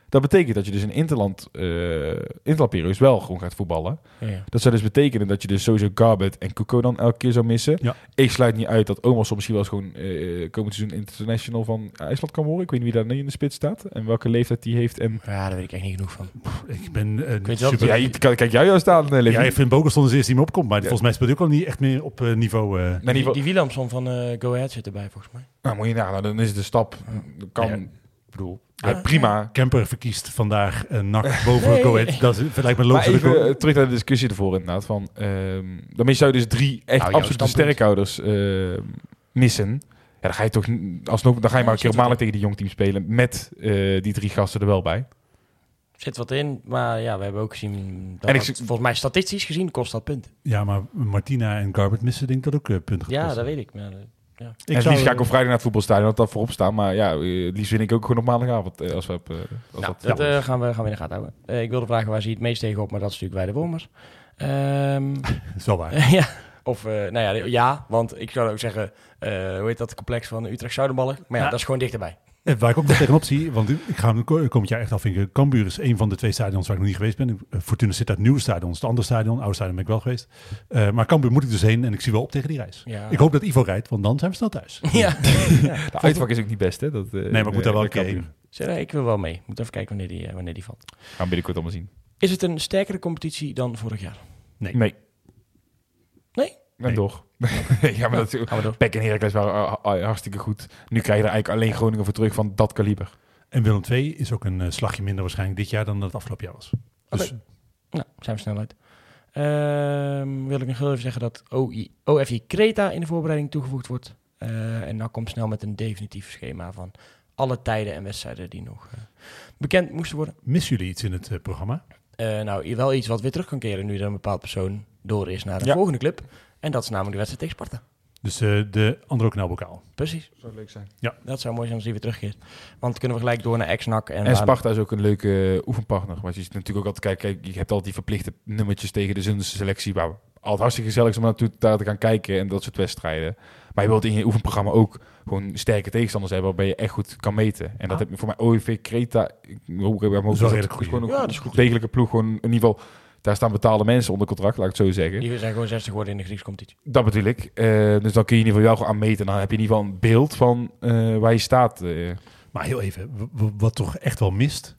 Dat betekent dat je dus in interlandperiodes wel gewoon gaat voetballen. Ja. Dat zou dus betekenen dat je dus sowieso Garbett en Kuko dan elke keer zou missen. Ja. Ik sluit niet uit dat Omarsson misschien wel eens gewoon komend seizoen international van IJsland kan worden. Ik weet niet wie daar nu in de spits staat en welke leeftijd die heeft. En... Ja, daar weet ik echt niet genoeg van. Ik ben weet wel super... Ja, kijk jij jou staan, Levi. Ja, ik vind Bogelson de eerste die me opkomt, maar volgens mij speelt hij ook al niet echt meer op niveau... Die Willemson van Go Ahead zit erbij, volgens mij. Nou, moet je nagaan, dan is het een stap. Kan, Ja. ik bedoel, prima. Kemper verkiest vandaag NAC boven Go Ahead. Dat lijkt me logisch. Maar even terug naar de discussie ervoor inderdaad. Van, daarmee zou je dus 3 echt Nou, jouw absolute standpunt. sterkhouders missen. Ja, dan ga je toch alsnog, dan ga je maar een keer op maandag tegen die jong team spelen met die 3 gasten er wel bij. Zit wat in, maar ja, we hebben ook gezien... volgens mij statistisch gezien kost dat punten. Ja, maar Martina en Garbett missen denk ik dat ook punten gaat Ja, kosten. dat weet ik. Maar, En liefst ga ik op vrijdag naar het voetbalstadion, dat dat voorop staan. Maar ja, liefst win ik ook gewoon op maandagavond. Als we op, als nou, dat dat gaan we in de gaten houden. Ik wilde vragen waar zie je het meest tegen op, maar dat is natuurlijk bij de Wormers. Dat is wel waar. Ja. Of, ja, want ik zou ook zeggen, hoe heet dat complex van Utrecht-Zuiderballen? Maar ja, Ja. dat is gewoon dichtbij. Waar ik ook nog tegenop zie, want ik ga hem komend jaar echt afvinken. Cambuur is een van de 2 stadions waar ik nog niet geweest ben. Fortuna zit uit het nieuwe stadion, het andere stadion. Oude stadion ben ik wel geweest. Maar Cambuur moet ik dus heen en ik zie wel op tegen die reis. Ja. Ik hoop dat Ivo rijdt, want dan zijn we snel thuis. Ja. de uitvak is ook niet best, hè? Dat, Nee, maar ik moet daar wel een keer heen. Zeg, ik wil wel mee. Ik moet even kijken wanneer die valt. Gaan we binnenkort allemaal zien. Is het een sterkere competitie dan vorig jaar? Nee. Nee. Nee? En door. Ja, maar dat, Gaan we door. Peck en Heracles waren hartstikke goed. Nu krijg je er eigenlijk alleen Groningen voor terug van dat kaliber. En Willem II is ook een slagje minder waarschijnlijk dit jaar dan dat het afgelopen jaar was. Dus Nou, zijn we snel uit. Wil ik nog heel even zeggen dat OFI Creta in de voorbereiding toegevoegd wordt. En dan komt snel met een definitief schema van alle tijden en wedstrijden die nog bekend moesten worden. missen jullie iets in het programma? Nou, wel iets wat weer terug kan keren nu er een bepaald persoon door is naar de Ja. volgende club. En dat is namelijk de wedstrijd tegen Sparta. Dus de andere knelbokaal. Precies. Zou leuk zijn. Dat zou mooi zijn als die weer terugkeert. Want dan kunnen we gelijk door naar ex-NAC. En Sparta is ook een leuke oefenpartner. Want je ziet natuurlijk ook altijd kijken, je hebt altijd die verplichte nummertjes tegen de Zunderse selectie. Waar altijd hartstikke gezellig is om daar te gaan kijken en dat soort wedstrijden. Maar je wilt in je oefenprogramma ook gewoon sterke tegenstanders hebben waarbij je echt goed kan meten. En dat heb je voor mij OFV Creta. redelijk goed. Gewoon Ja, dat een is goed. degelijke ploeg. Gewoon in ieder geval, daar staan betaalde mensen onder contract, laat ik het zo zeggen. Die zijn gewoon 60 geworden in de Griekse competitie. Dat bedoel ik. Dus dan kun je in ieder geval wel gewoon aan meten. Dan heb je in ieder geval een beeld van waar je staat. Maar heel even, wat toch echt wel mist,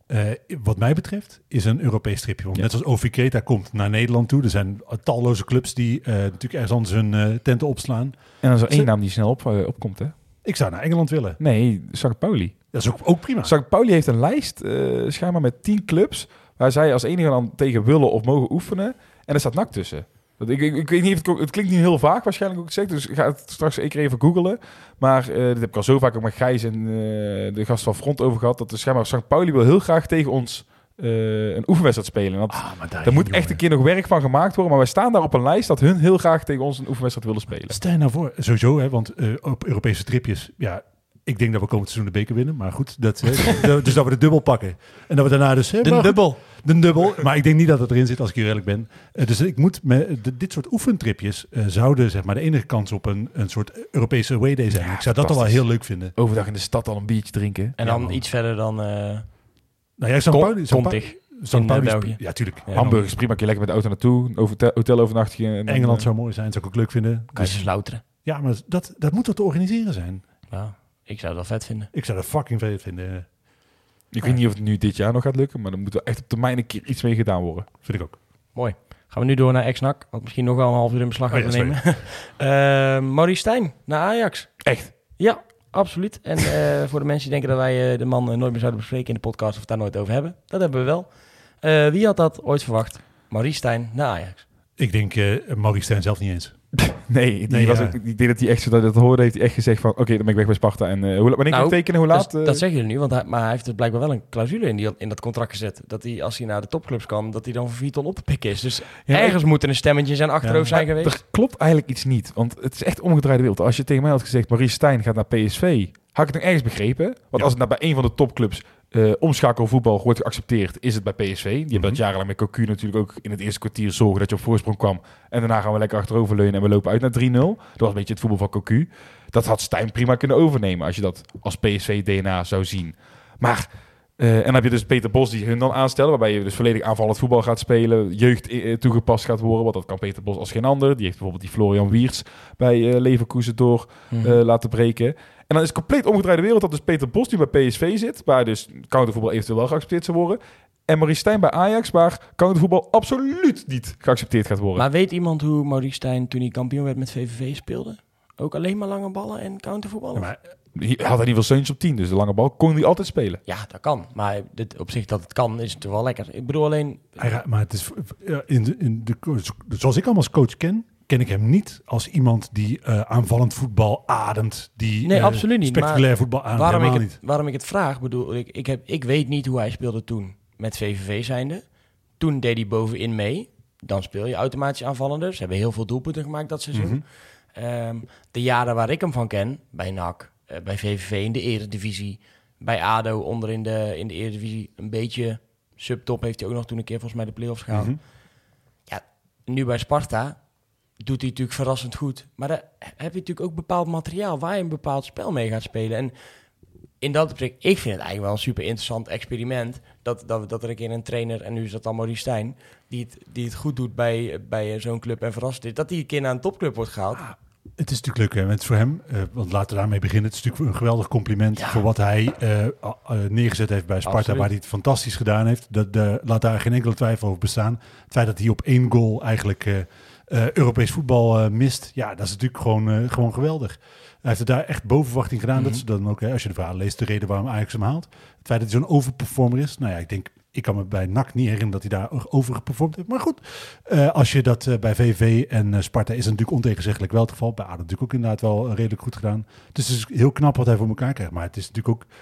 wat mij betreft, is een Europees stripje. Want net zoals OV Creta komt naar Nederland toe. Er zijn talloze clubs die natuurlijk ergens anders hun tenten opslaan. En dan is er één naam die snel opkomt, hè? Ik zou naar Engeland willen. Nee, St. Pauli. Dat is ook prima. St. Pauli heeft een lijst, schijnbaar met 10 clubs, waar zij als enige dan tegen willen of mogen oefenen. En er staat NAC tussen. Ik weet niet, het klinkt niet heel vaag waarschijnlijk ook gezegd, dus ga het straks even googlen. Maar dit heb ik al zo vaak ook met Gijs en de gast van Front over gehad, dat de schijnbaar St. Pauli wil heel graag tegen ons een oefenwedstrijd spelen. Want daar moet echt een keer nog werk van gemaakt worden, maar wij staan daar op een lijst dat hun heel graag tegen ons een oefenwedstrijd willen spelen. Stel je nou voor, sowieso, hè, want op Europese tripjes, ja, ik denk dat we komend seizoen de beker winnen. Maar goed, dus dat we de dubbel pakken. En dat we daarna dus... De dubbel. Maar ik denk niet dat het erin zit, als ik hier eerlijk ben. Dus ik moet dit soort oefentripjes zouden zeg maar de enige kans op een soort Europese away day zijn. Ja, ik zou dat al wel heel leuk vinden. Overdag in de stad al een biertje drinken. En dan iets verder dan... Nou ja, St. Pauli... in België. Ja, tuurlijk. Ja. Hamburg is prima, kun je lekker met de auto naartoe, hotel overnachten. En dan, Engeland zou mooi zijn, zou ik ook leuk vinden. Kaiserslauteren. Ja, maar dat moet toch te organiseren zijn? Ja, ik zou het wel vet vinden. Ik zou dat fucking vet vinden. Ik weet niet of het nu dit jaar nog gaat lukken, maar dan moet er echt op termijn een keer iets mee gedaan worden. Vind ik ook. Mooi. Gaan we nu door naar ex-NAC, wat misschien nog wel een half uur in beslag gaat nemen. Maurice Stijn naar Ajax. Echt? Ja, absoluut. En voor de mensen die denken dat wij de man nooit meer zouden bespreken in de podcast of het daar nooit over hebben, dat hebben we wel. Wie had dat ooit verwacht? Maurice Stijn naar Ajax. Ik denk Maurice Stijn zelf niet eens. Nee, ik denk dat hij echt zo dat hoorde, heeft hij echt gezegd van oké, dan ben ik weg bij Sparta. En wanneer kan ik tekenen, hoe laat? Dat zeg je nu, want hij heeft er blijkbaar wel een clausule in dat contract gezet. Dat hij, als hij naar de topclubs kan, dat hij dan voor 4 ton op te pikken is. Dus ergens moet er een stemmetje in zijn achterhoofd zijn geweest. Er klopt eigenlijk iets niet, want het is echt omgedraaide wereld. Als je tegen mij had gezegd, Maurice Stijn gaat naar PSV, had ik het nog ergens begrepen. Want als het nou bij een van de topclubs omschakelvoetbal wordt geaccepteerd, is het bij PSV. Die hebben dat jarenlang met Cocu natuurlijk ook in het eerste kwartier zorgen dat je op voorsprong kwam. En daarna gaan we lekker achteroverleunen en we lopen uit naar 3-0. Dat was een beetje het voetbal van Cocu. Dat had Stijn prima kunnen overnemen als je dat als PSV-DNA zou zien. Maar En dan heb je dus Peter Bos die hun dan aanstellen, waarbij je dus volledig aanvallend voetbal gaat spelen, jeugd toegepast gaat worden, want dat kan Peter Bos als geen ander. Die heeft bijvoorbeeld die Florian Wiertz bij Leverkusen door laten breken. En dan is het compleet omgedraaide wereld dat dus Peter Bos die bij PSV zit, waar dus countervoetbal eventueel wel geaccepteerd zou worden. En Maurice Stijn bij Ajax, waar countervoetbal absoluut niet geaccepteerd gaat worden. Maar weet iemand hoe Maurice Stijn toen hij kampioen werd met VVV speelde? Ook alleen maar lange ballen en countervoetballen? Ja, maar Hij had in ieder geval steuntjes op 10, dus de lange bal kon hij altijd spelen. Ja, dat kan. Maar op zich dat het kan, is het wel lekker. Ik bedoel alleen... Maar het is zoals ik hem als coach ken ik hem niet als iemand die aanvallend voetbal ademt. Die Nee, absoluut niet. spectaculair voetbal ademt. Waarom ik het vraag, bedoel ik weet niet hoe hij speelde toen met VVV zijnde. Toen deed hij bovenin mee. Dan speel je automatisch aanvallender. Ze hebben heel veel doelpunten gemaakt dat seizoen. De jaren waar ik hem van ken, bij NAC, bij VVV in de Eredivisie, bij ADO onder in de Eredivisie, een beetje subtop heeft hij ook nog toen een keer volgens mij de play-offs gehaald. Ja, nu bij Sparta doet hij natuurlijk verrassend goed. Maar dan heb je natuurlijk ook bepaald materiaal waar je een bepaald spel mee gaat spelen. En in dat opzicht, ik vind het eigenlijk wel een super interessant experiment. Dat er een keer een trainer, en nu is dat dan Maurice Stijn, die het goed doet bij zo'n club en verrast is, dat hij een keer naar een topclub wordt gehaald. Het is natuurlijk leuk, hè? Het is voor hem, want laten we daarmee beginnen. Het is natuurlijk een geweldig compliment voor wat hij neergezet heeft bij Sparta, Absoluut. waar hij het fantastisch gedaan heeft. Laat daar geen enkele twijfel over bestaan. Het feit dat hij op 1 goal eigenlijk Europees voetbal mist, ja, dat is natuurlijk gewoon geweldig. Hij heeft het daar echt boven verwachting gedaan. Dat is dan ook, als je de verhaal leest, de reden waarom Ajax hem haalt. Het feit dat hij zo'n overperformer is. Nou ja, ik kan me bij NAC niet herinneren dat hij daar overgeperformd heeft. Maar goed, als je dat bij VV en Sparta is het natuurlijk ontegenzeggelijk wel het geval. Bij ADO natuurlijk ook inderdaad wel redelijk goed gedaan. Dus het is heel knap wat hij voor elkaar krijgt. Maar het is natuurlijk ook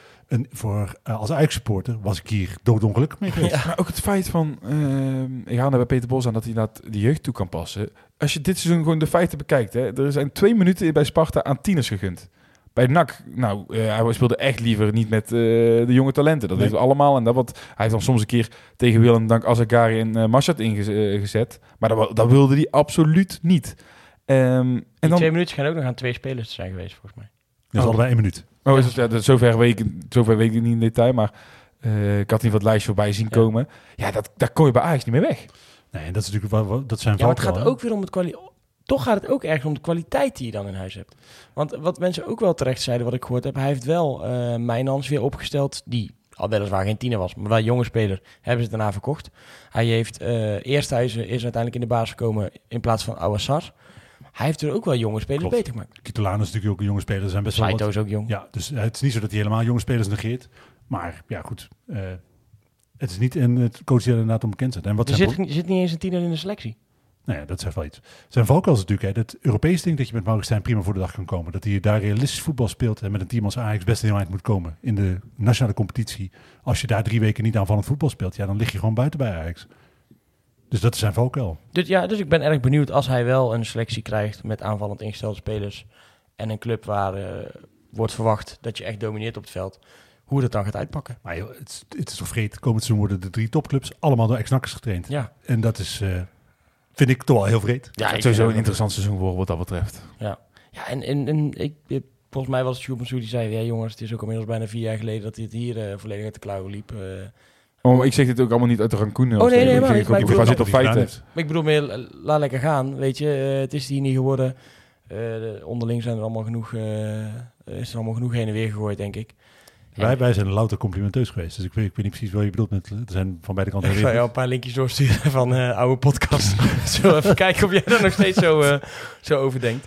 als Ajax-supporter was ik hier doodongelukkig mee geweest. Ja, maar ook het feit van, ik haal bij Peter Bos aan dat hij naar de jeugd toe kan passen. Als je dit seizoen gewoon de feiten bekijkt, hè, er zijn 2 minuten bij Sparta aan tieners gegund. Bij NAC, hij speelde echt liever niet met de jonge talenten. Dat weten we allemaal. En hij heeft dan soms een keer tegen Willem Dank Azagari en Maschat ingezet. Maar dat wilde hij absoluut niet. En Die dan 2 minuten schijnen ook nog aan 2 spelers te zijn geweest, volgens mij. Dat is allebei 1 minuut. Oh, is het, zover weet ik het niet in detail, maar ik had niet wat lijstje voorbij zien komen. Ja, daar kon je bij Ajax niet meer weg. Nee, dat is natuurlijk dat zijn Ja, maar het valkuil, gaat ook weer om het kwaliteit. Toch gaat het ook erg om de kwaliteit die je dan in huis hebt. Want wat mensen ook wel terecht zeiden, wat ik gehoord heb, hij heeft wel Mijnans weer opgesteld, die al weliswaar geen tiener was, maar wel een jonge speler, hebben ze daarna verkocht. Hij heeft Eersthuizen is uiteindelijk in de baas gekomen in plaats van Ouassar. Hij heeft er ook wel jonge spelers beter gemaakt. Kitolano is natuurlijk ook een jonge speler. Er zijn best wel Saito is ook jong. Ja, dus het is niet zo dat hij helemaal jonge spelers negeert. Maar ja, goed. Het is niet een coach die er inderdaad onbekend zijn. En wat Er zit niet eens een tiener in de selectie. Nou ja, dat zegt wel iets. Zijn valkuil is natuurlijk dat Europees ding dat je met Maurice Stijn prima voor de dag kan komen. Dat hij daar realistisch voetbal speelt en met een team als Ajax best heel eind moet komen in de nationale competitie. Als je daar 3 weken niet aanvallend voetbal speelt, ja, dan lig je gewoon buiten bij Ajax. Dus dat is zijn valkuil. Dus ik ben erg benieuwd als hij wel een selectie krijgt met aanvallend ingestelde spelers en een club waar wordt verwacht dat je echt domineert op het veld, hoe dat dan gaat uitpakken. Maar joh, het is toch vreed. Komend seizoen worden de 3 topclubs allemaal door ex-nakkers getraind. Ja. En dat is, vind ik toch wel heel vreed. Ja, het sowieso een interessant seizoen worden wat dat betreft. Ja, en volgens mij was het Sjoerd Mansour die zei, ja jongens, het is ook inmiddels bijna 4 jaar geleden dat hij het hier volledig uit de klauwen liep. Maar ik zeg dit ook allemaal niet uit de rancoen. Oh, nee, maar ik ga zitten op feiten. Maar ik bedoel meer, laat lekker gaan, weet je. Het is hier niet geworden. Onderling zijn er allemaal genoeg, is er allemaal genoeg heen en weer gegooid, denk ik. Wij zijn louter complimenteus geweest. Dus ik weet niet precies wat je bedoelt met... Er zijn van beide kanten... Ik zou jou een paar linkjes doorsturen van oude podcasts. Zullen we even kijken of jij er nog steeds zo over denkt.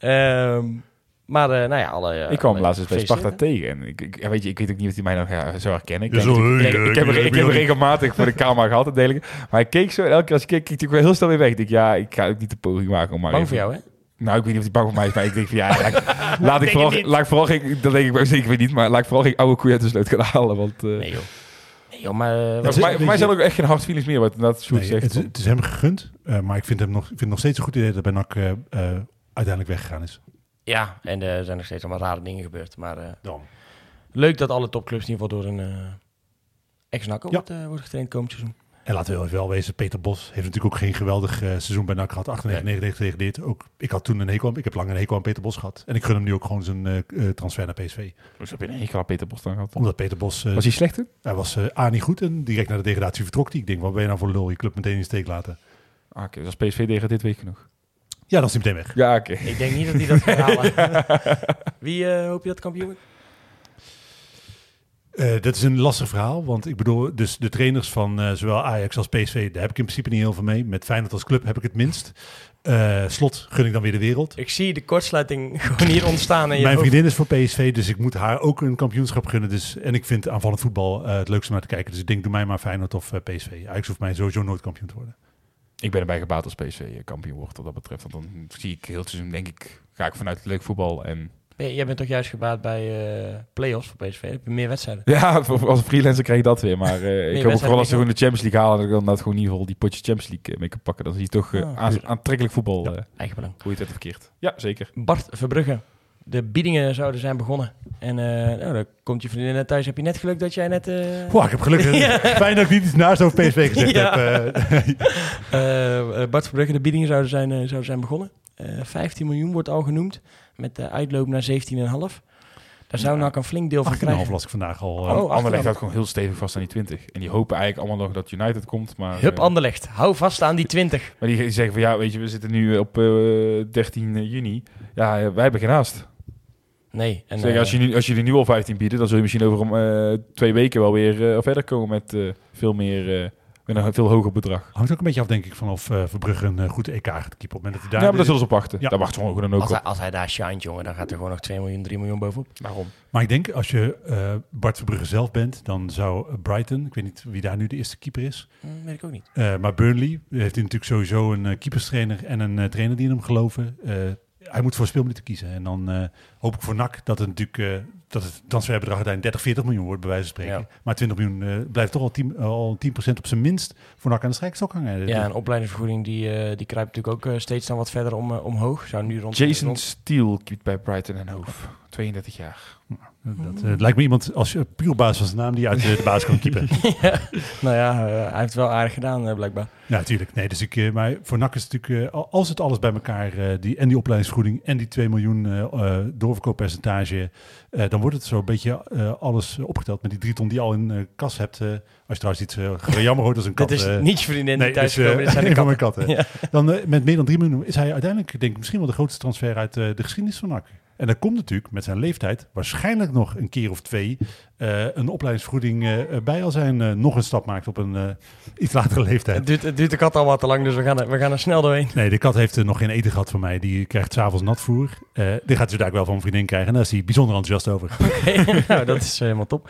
Maar nou ja, ik kwam laatst eens bij feesten. Sparta tegen. En ik weet ook niet of hij mij nog zou herkennen. Ik heb hem regelmatig voor de camera gehad en dergelijke. Maar ik keek zo en elke keer als ik keek hij wel heel snel weer weg. Ik denk, ja, ik ga ook niet de poging maken om maar Bang even... voor jou, hè? Nou, ik weet niet of hij bang voor mij is, maar ik denk van ja, laat ik vooral geen, dat denk ik wel zeker weer niet, maar laat ik vooral geen oude koeien uit de sloot gaan halen, want... Nee joh, maar... voor mij zijn er ook echt geen hard feelings meer, wat dat Sjoerd zegt. Het is hem gegund, maar ik vind het nog steeds een goed idee dat bij NAC uiteindelijk weggegaan is. Ja, en er zijn nog steeds allemaal rare dingen gebeurd, maar leuk dat alle topclubs in ieder geval door een ex-NAC wordt getraind komend seizoen. En laten we wel wezen, Peter Bos heeft natuurlijk ook geen geweldig seizoen bij NAC gehad. 98 gedegradeerd. Ook, ik had toen ik heb lang een hekel aan Peter Bos gehad. En ik gun hem nu ook gewoon zijn transfer naar PSV. Dus heb je een hekel aan Peter Bos dan gehad? Omdat Peter Bos... was hij slecht toen? Hij was niet goed en direct naar de degradatie vertrok hij. Ik denk, wat ben je nou voor lul? Je club meteen in de steek laten. Oké, dus als PSV degradeert weet genoeg. Ja, dan is hij meteen weg. Ja, oké. Ik denk niet dat hij dat gaat halen. Wie hoop je dat kampioen wordt? Dat is een lastig verhaal, want ik bedoel, dus de trainers van zowel Ajax als PSV, daar heb ik in principe niet heel veel mee. Met Feyenoord als club heb ik het minst. Slot gun ik dan weer de wereld. Ik zie de kortsluiting gewoon hier ontstaan. In je Mijn hoofd. vriendin is voor PSV, dus ik moet haar ook een kampioenschap gunnen. Dus, en ik vind aanvallend voetbal het leukste om naar te kijken. Dus ik denk, doe mij maar Feyenoord of PSV. Ajax hoeft mij sowieso nooit kampioen te worden. Ik ben erbij gebaat als PSV kampioen wordt wat dat betreft. Want dan zie ik heel het seizoen, denk ik, ga ik vanuit het leuk voetbal en... Jij bent toch juist gebaat bij play-offs voor PSV? Heb je meer wedstrijden? Ja, als een freelancer krijg je dat weer. Maar ik hoop ook vooral als ze gewoon de Champions League halen... dat ik dan gewoon in ieder geval die potjes Champions League mee kan pakken. Dan zie je toch aantrekkelijk voetbal. Eigen belang. Hoe je het verkeerd. Ja, zeker. Bart Verbrugge. De biedingen zouden zijn begonnen. En dan komt je vriendin net thuis. Heb je net geluk dat jij net... Ik heb geluk. Fijn dat ik niet iets naast over PSV gezegd heb. Bart Verbrugge, de biedingen zouden zijn begonnen. 15 miljoen wordt al genoemd. Met de uitloop naar 17,5. Daar zou NAC een flink deel van krijgen. 18,5 las ik vandaag al. Anderlecht houdt gewoon heel stevig vast aan die 20. En die hopen eigenlijk allemaal nog dat United komt. Maar, Hup Anderlecht, hou vast aan die 20. Maar die zeggen van ja, weet je, we zitten nu op 13 juni. Ja, wij hebben geen haast. Nee. En, zeg, als je er nu al 15 bieden, dan zul je misschien over 2 weken wel weer verder komen met veel meer... met een veel hoger bedrag. Hangt ook een beetje af, denk ik, van of Verbrugge een goed EK gaat keepen. Op het moment dat hij daar... Ja, maar daar zullen ze op wachten. Ja. Daar wachten we gewoon ook op. Als hij daar shined, jongen, dan gaat er gewoon nog 2 miljoen, 3 miljoen bovenop. Waarom? Maar ik denk, als je Bart Verbrugge zelf bent, dan zou Brighton, ik weet niet wie daar nu de eerste keeper is. Weet ik ook niet. Maar Burnley heeft hij natuurlijk sowieso een keeperstrainer en een trainer die in hem geloven. Hij moet voor speelminuten kiezen. En dan hoop ik voor NAC dat het natuurlijk... dat het transferbedrag uiteindelijk 30, 40 miljoen wordt, bij wijze van spreken. Ja. Maar 20 miljoen blijft toch al 10% op zijn minst voor NAC aan de strijkstok hangen. Ja, een opleidingsvergoeding die kruipt natuurlijk ook steeds dan wat verder omhoog. Zou nu Jason Steele keept bij Brighton en Hove. 32 jaar. Dat lijkt me iemand, als je puur op basis van zijn naam, die uit de basis kan keepen. Ja, nou ja, hij heeft wel aardig gedaan, blijkbaar. Ja, natuurlijk. Nee, dus maar voor NAC is het natuurlijk, als het alles bij elkaar, die opleidingsvergoeding en die 2 miljoen doorverkooppercentage, dan wordt het zo een beetje alles opgeteld met die 3 ton die je al in kas hebt. Als je trouwens iets jammer hoort als een kat. Dat is niet je vriendin die thuis dus, gekomen is. Zijn van mijn katten. Ja. Dan met meer dan 3 miljoen is hij uiteindelijk, denk ik, misschien wel de grootste transfer uit de geschiedenis van NAC. En dat komt natuurlijk met zijn leeftijd waarschijnlijk nog een keer of 2 een opleidingsvergoeding bij als hij nog een stap maakt op een iets latere leeftijd. Het duurt de kat al wat te lang, dus we gaan er snel doorheen. Nee, de kat heeft nog geen eten gehad van mij. Die krijgt 's avonds natvoer. Die gaat dus eigenlijk wel van mijn vriendin krijgen. En daar is hij bijzonder enthousiast over. Okay, nou, dat is helemaal top.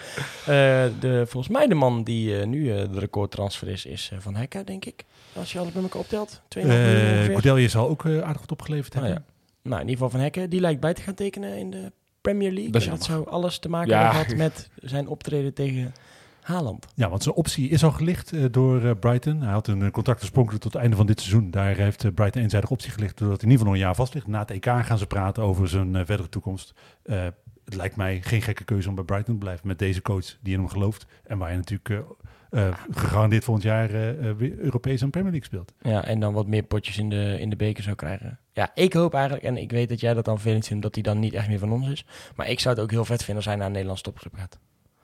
Volgens mij de man die nu de recordtransfer is Van Hekken, denk ik. Als je alles bij elkaar optelt. 2,5 miljoen ongeveer. Cordelje zal ook aardig wat opgeleverd hebben. Ja. Nou, in ieder geval Van Hekken, die lijkt bij te gaan tekenen in de Premier League. Dat zou alles te maken hebben gehad met zijn optreden tegen Haaland. Ja, want zijn optie is al gelicht door Brighton. Hij had een contract oorspronkelijk tot het einde van dit seizoen. Daar heeft Brighton eenzijdig optie gelicht, doordat hij in ieder geval nog een jaar vast ligt. Na het EK gaan ze praten over zijn verdere toekomst. Het lijkt mij geen gekke keuze om bij Brighton te blijven met deze coach die in hem gelooft. En waar je natuurlijk gegarandeerd volgend jaar weer Europees en Premier League speelt. Ja, en dan wat meer potjes in de beker zou krijgen. Ja, ik hoop eigenlijk, en ik weet dat jij dat dan vervelend vindt, dat hij dan niet echt meer van ons is. Maar ik zou het ook heel vet vinden als hij naar een Nederlandse topclub gaat.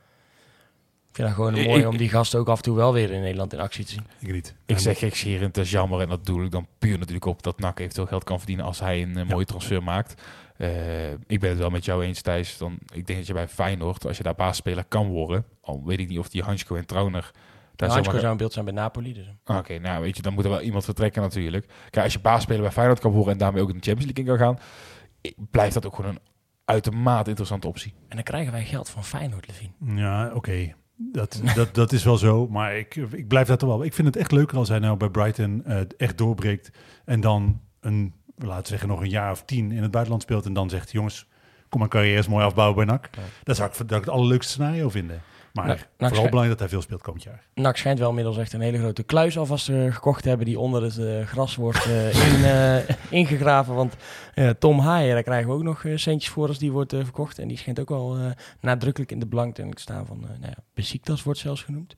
Ik vind het gewoon mooi om die gasten ook af en toe wel weer in Nederland in actie te zien. Ik niet. Ik zeg gekscherend, dat is jammer. En dat doe ik dan puur natuurlijk op dat NAC eventueel geld kan verdienen als hij een mooie transfer maakt. Ik ben het wel met jou eens, Thijs. Ik denk dat je bij Feyenoord, als je daar baasspeler kan worden, al weet ik niet of die Hansko en Trauner... Hansko zou een beeld zijn bij Napoli. Dus. Oké, nou weet je, dan moet er wel iemand vertrekken natuurlijk. Kijk, als je baasspeler bij Feyenoord kan worden en daarmee ook in de Champions League in kan gaan, blijft dat ook gewoon een uitermate interessante optie. En dan krijgen wij geld van Feyenoord, Levin. Ja, oké. Dat is wel zo, maar ik blijf dat toch wel. Ik vind het echt leuker als hij nou bij Brighton echt doorbreekt en dan laten we zeggen, nog een jaar of 10 in het buitenland speelt en dan zegt, jongens, kom mijn carrière eens mooi afbouwen bij NAC. Ja. Dat zou ik het allerleukste scenario vinden. Maar NAC vooral belangrijk dat hij veel speelt komend jaar. NAC schijnt wel inmiddels echt een hele grote kluis alvast gekocht te hebben die onder het gras wordt ingegraven. Want Tom Haaien, daar krijgen we ook nog centjes voor als die wordt verkocht. En die schijnt ook wel nadrukkelijk in de belangstelling te staan van Besiktas wordt zelfs genoemd.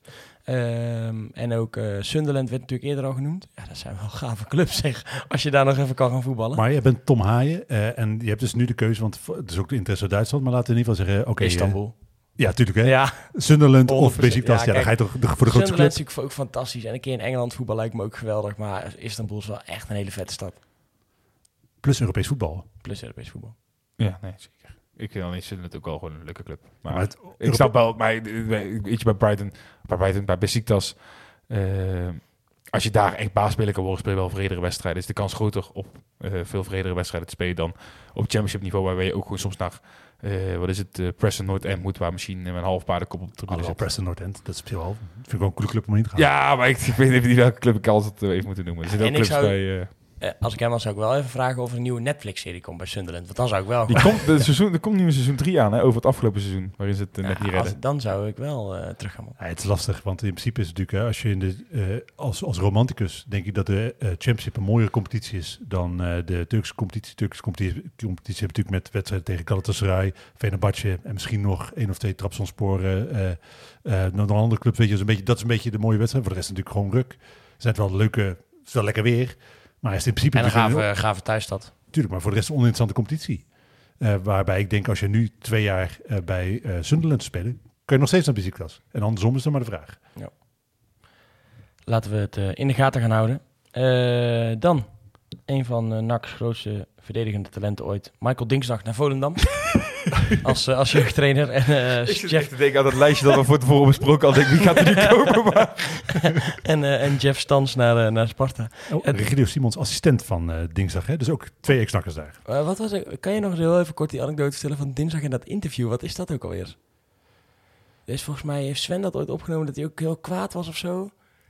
En ook Sunderland werd natuurlijk eerder al genoemd. Ja, dat zijn wel gave clubs zeg, als je daar nog even kan gaan voetballen. Maar je bent Tom Haaien en je hebt dus nu de keuze, want het is ook de interesse uit Duitsland. Maar laten we in ieder geval zeggen, oké. Istanbul. Ja, tuurlijk hè. Ja. Sunderland of 100%. Besiktas, Ja, dan ga je toch voor de grootste Sunderland club. is natuurlijk ook fantastisch. En een keer in Engeland voetbal lijkt me ook geweldig. Maar Istanbul is wel echt een hele vette stad. Plus Europees voetbal. Plus Europees voetbal. Ja, nee, zeker. Ik vind dan het ook wel gewoon een leuke club. Maar het ik snap wel, maar weet je, bij Besiktas, als je daar echt baasspeler kan worden, speel je wel vredigere wedstrijden. Is de kans groter op veel vredigere wedstrijden te spelen dan op championship niveau, waar je ook gewoon soms naar Preston North End moet, waar misschien een half paardenkop op de tribune zit. Preston North End, dat is wel, vind ik wel een coole club om in te gaan. Ja, maar ik weet even niet welke club ik altijd even moeten noemen. Er zitten ook En ik clubs bij... als ik hem was, zou ik wel even vragen of er een nieuwe Netflix-serie komt bij Sunderland. Want dan zou ik wel... Er komt nu een seizoen 3 aan, over het afgelopen seizoen, waarin ze het net niet redden. Dan zou ik wel terug gaan. Ja, het is lastig, want in principe is het natuurlijk, als je in de, als romanticus denk ik dat de Championship een mooiere competitie is dan de Turkse competitie. Turkse competitie heeft natuurlijk met wedstrijden tegen Galatasaray, Fenerbahce en misschien nog 1 of 2 Trabzonspor, nog een andere club. Weet je, dat is een beetje de mooie wedstrijd. Voor de rest natuurlijk gewoon ruk. Het zijn wel leuke, het is wel lekker weer. Maar is het in principe... En een gave thuisstad. Tuurlijk, maar voor de rest een oninteressante competitie. Waarbij ik denk, als je nu 2 jaar bij Sunderland spelen, kun je nog steeds naar Besiktas. En andersom is dan maar de vraag. Ja. Laten we het in de gaten gaan houden. Dan, een van NAC's grootste verdedigende talenten ooit. Michael Dingsdag naar Volendam. als jeugdtrainer. En, ik zit echt te denken aan dat lijstje dat we voor tevoren besproken hadden. Wie gaat er niet komen? Maar... en Jeff Stans naar Sparta. Regidio Simons, assistent van Dinsdag. Hè? Dus ook 2 ex-nakkers daar. Wat was er? Kan je nog eens heel even kort die anekdote vertellen van dinsdag in dat interview? Wat is dat ook alweer? Dus volgens mij heeft Sven dat ooit opgenomen dat hij ook heel kwaad was of zo.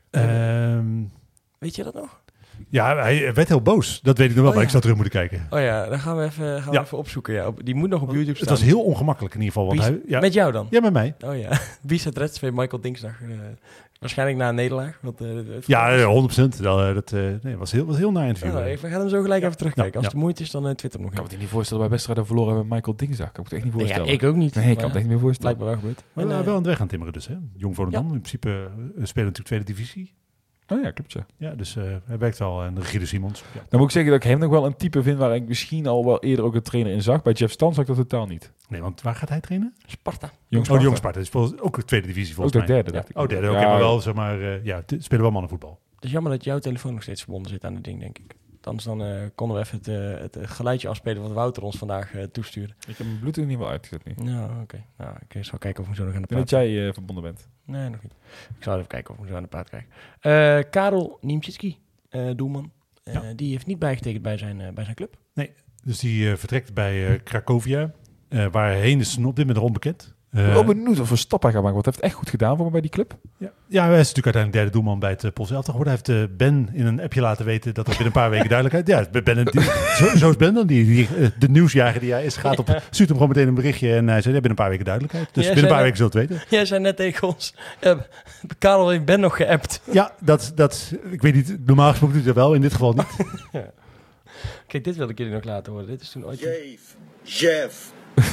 Weet je dat nog? Ja, hij werd heel boos. Dat weet ik nog wel, maar ik zou terug moeten kijken. Oh ja, dan gaan we even opzoeken. Ja. Die moet nog op YouTube staan. Het was heel ongemakkelijk in ieder geval. Want met jou dan? Ja, met mij. Oh ja, Bisa Tretsve, Michael Dingsdag. Waarschijnlijk na een nederlaag. Ja, 100%. Dat was heel na interview. We gaan hem zo gelijk even terugkijken. Als het moeite is, dan Twitter nog. Ik kan me het niet voorstellen bij wedstrijden verloren hebben Michael Dingsdag. Ik kan me het echt niet voorstellen. Ja, ik ook niet. Nee, ik kan het echt niet meer voorstellen. Blijkbaar wel gebeurd. Maar wel aan de weg aan timmeren dus. Hè? Jong Volendam, in principe spelen natuurlijk tweede divisie. Oh ja, klopt ja. Ja, dus hij werkt wel aan de Regido Simons. Ja. Dan moet ik zeggen dat ik hem nog wel een type vind waar ik misschien al wel eerder ook een trainer in zag. Bij Jeff Stans zag ik dat totaal niet. Nee, want waar gaat hij trainen? Sparta. Jong Sparta. Dat is ook de tweede divisie volgens mij. Ook de derde, dacht ik. Oh, derde. Oké, maar wel, zeg maar, spelen wel mannenvoetbal. Het is jammer dat jouw telefoon nog steeds verbonden zit aan het ding, denk ik. Anders dan konden we even het geluidje afspelen wat Wouter ons vandaag toestuurde. Ik heb mijn Bluetooth niet wel uitgezet nu. Nou, oké. Nou, ik zal kijken of we zo nog aan de praat. praat Dat jij verbonden bent. Nee, nog niet. Ik zal even kijken of we zo aan de praat krijgen. Karel Niemczycki, doelman. Die heeft niet bijgetekend bij zijn club. Nee, dus die vertrekt bij Cracovia. Waarheen is op dit moment onbekend. Ik ben benieuwd of we stappen gaan maken. Want hij heeft echt goed gedaan voor me bij die club. Ja, hij is natuurlijk uiteindelijk derde doelman bij het Poolse elftal geworden. Hij heeft Ben in een appje laten weten dat er binnen een paar weken duidelijkheid... Ja, zo is Ben dan. De nieuwsjager die hij is, stuurt hem gewoon meteen een berichtje. En hij zei, binnen een paar weken duidelijkheid. Dus binnen een paar weken zult je het weten. Jij zei net tegen ons, Karel heeft Ben nog geappt. Ja, dat ik weet niet, normaal gesproken doet hij dat wel, in dit geval niet. Ja. Kijk, dit wilde ik jullie nog laten horen. Dit is toen ooit... Jeff,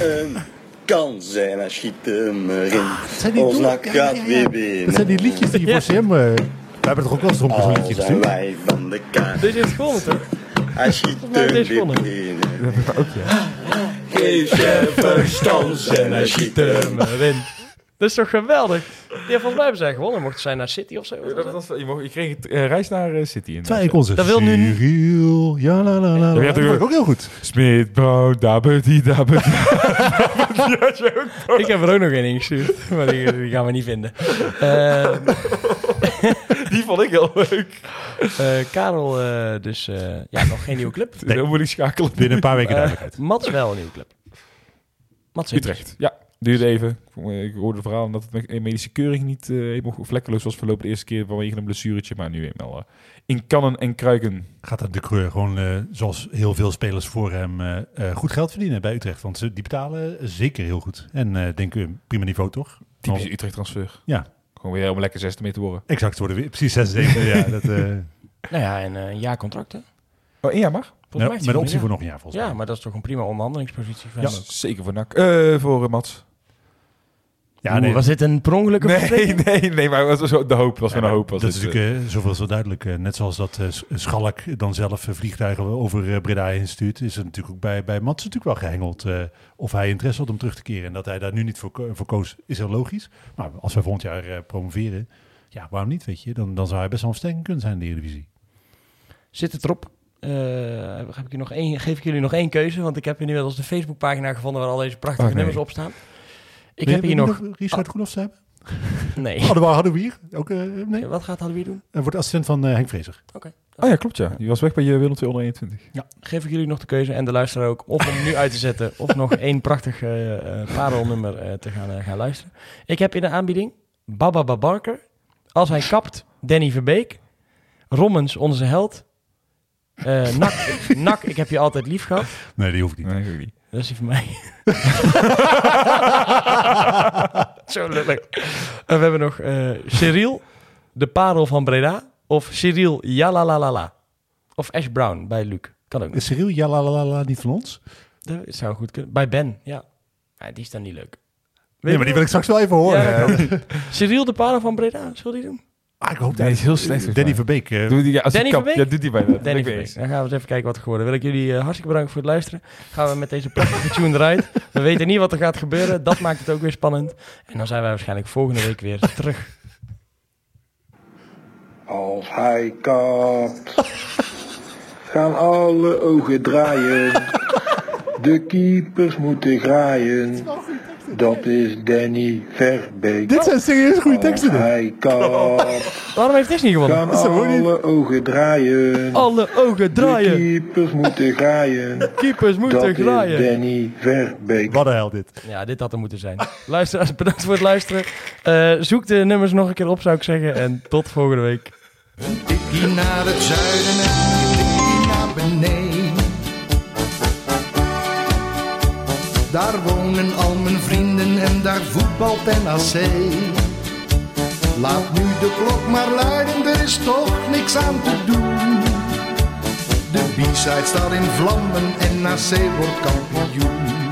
kans en hij schiet hem erin. Ons NAC gaat weer winnen. Dat zijn die liedjes die je voor CM... we hebben toch ook wel eens rond zo'n liedje gestuurd? Wij van de kaart. Deze heeft gewonnen, toch? Hij schiet hem weer binnen. Dat heb ik ook, ja. Geef Jeff kans en hij schiet hem erin. Dat is toch geweldig? Volgens mij hebben zij gewonnen. Mocht zijn naar City of zo. Je kreeg een reis naar City. In dat wil nu... Cyril, ja la la la. Dat vond ik ook heel goed. Smit, bro, dabedi. Ik heb er ook nog één ingestuurd. Maar die gaan we niet vinden. Die vond ik heel leuk. Karel, nog geen nieuwe club. Nee. Dan moet ik schakelen. Binnen een paar weken duidelijkheid. Mats wel een nieuwe club. Mats Utrecht, ja. Duurde even. Ik hoorde het verhaal dat het medische keuring niet helemaal vlekkeloos was verlopen de eerste keer vanwege een blessuretje, maar nu eenmaal in kannen en kruiken. Gaat dat de Creur gewoon, zoals heel veel spelers voor hem, goed geld verdienen bij Utrecht? Want die betalen zeker heel goed. En denk ik, prima niveau toch? Typische Utrecht transfer. Ja. Gewoon weer om lekker 6e mee te worden. Exact, worden weer precies 76. Ja, dat, Nou ja, en een jaar contract, hè? Oh, 1 jaar mag? Volgens mij is met het optie gewoon voor nog een jaar, volgens mij. Ja, maar dat is toch een prima onderhandelingspositie. Ja. Zeker voor NAC. Voor Mats. Ja, nee, Was dit een per ongelukke Nee, maar het was de hoop. Was ja, een hoop. Was dat is dit, natuurlijk zoveel zo duidelijk. Net zoals dat Schalk dan zelf vliegtuigen over Breda heen stuurt, is het natuurlijk ook bij Mats natuurlijk wel gehengeld of hij interesse had om terug te keren. En dat hij daar nu niet voor koos, is heel logisch. Maar als wij volgend jaar promoveren, ja, waarom niet, weet je? Dan zou hij best wel een versterking kunnen zijn in de Eredivisie. Zit het erop? Geef ik jullie nog één keuze, want ik heb inmiddels de Facebookpagina gevonden waar al deze prachtige nummers op staan. Ik heb hier nog... Richard Goelofs hebben? Nee. Hadden we hier? Ook, nee? Wat gaat Hadden we hier doen? Hij wordt assistent van Henk Vrezer. Oké. Oh ja, klopt ja. Die was weg bij je Willem 221. Ja. Geef ik jullie nog de keuze en de luisteraar ook of om nu uit te zetten of nog één prachtig parelnummer te gaan luisteren. Ik heb in de aanbieding Baba Barker, Als hij kapt, Danny Verbeek, Rommens, onze held, Nak, ik heb je altijd lief gehad. Nee, die hoeft niet. Nee, niet. Dat is die van mij. Zo lullig. En we hebben nog Cyril, de parel van Breda. Of Cyril, Jalalalala. Of Ash Brown bij Luc. Kan ook nog. Is Cyril Jalalala niet van ons? Dat zou goed kunnen. Bij Ben, ja. Die is dan niet leuk. Nee, maar die wil ik straks wel even horen. Ja, Cyril, de parel van Breda. Zullen die doen? Ik hoop Nee, is heel slecht. Danny Verbeek. Doe die, als Danny hij kapt, Verbeek? ja, doet hij bijna. Danny Verbeek. Dan gaan we eens even kijken wat er geworden. Wil ik jullie hartstikke bedanken voor het luisteren. Gaan we met deze prachtige tune eruit. We weten niet wat er gaat gebeuren. Dat maakt het ook weer spannend. En dan zijn wij waarschijnlijk volgende week weer terug. Als hij kapt, gaan alle ogen draaien. De keepers moeten graaien. Dat is Danny Verbeek. Dit zijn serieus goede teksten. Als hij kapt, Waarom heeft Disney gewonnen? gaan alle ogen draaien. Alle ogen draaien. De keepers moeten graaien. Keepers moeten Dat graaien. is Danny Verbeek. Wat een hel dit. Ja, dit had er moeten zijn. Luisteraars, bedankt voor het luisteren. Zoek de nummers nog een keer op, zou ik zeggen. En tot volgende week. Een tikkie naar het zuiden en een tikkie naar beneden. Daar wonen al mijn vrienden en daar voetbalt NAC. Laat nu de klok maar luiden, er is toch niks aan te doen. De B-side staat in vlammen en NAC wordt kampioen.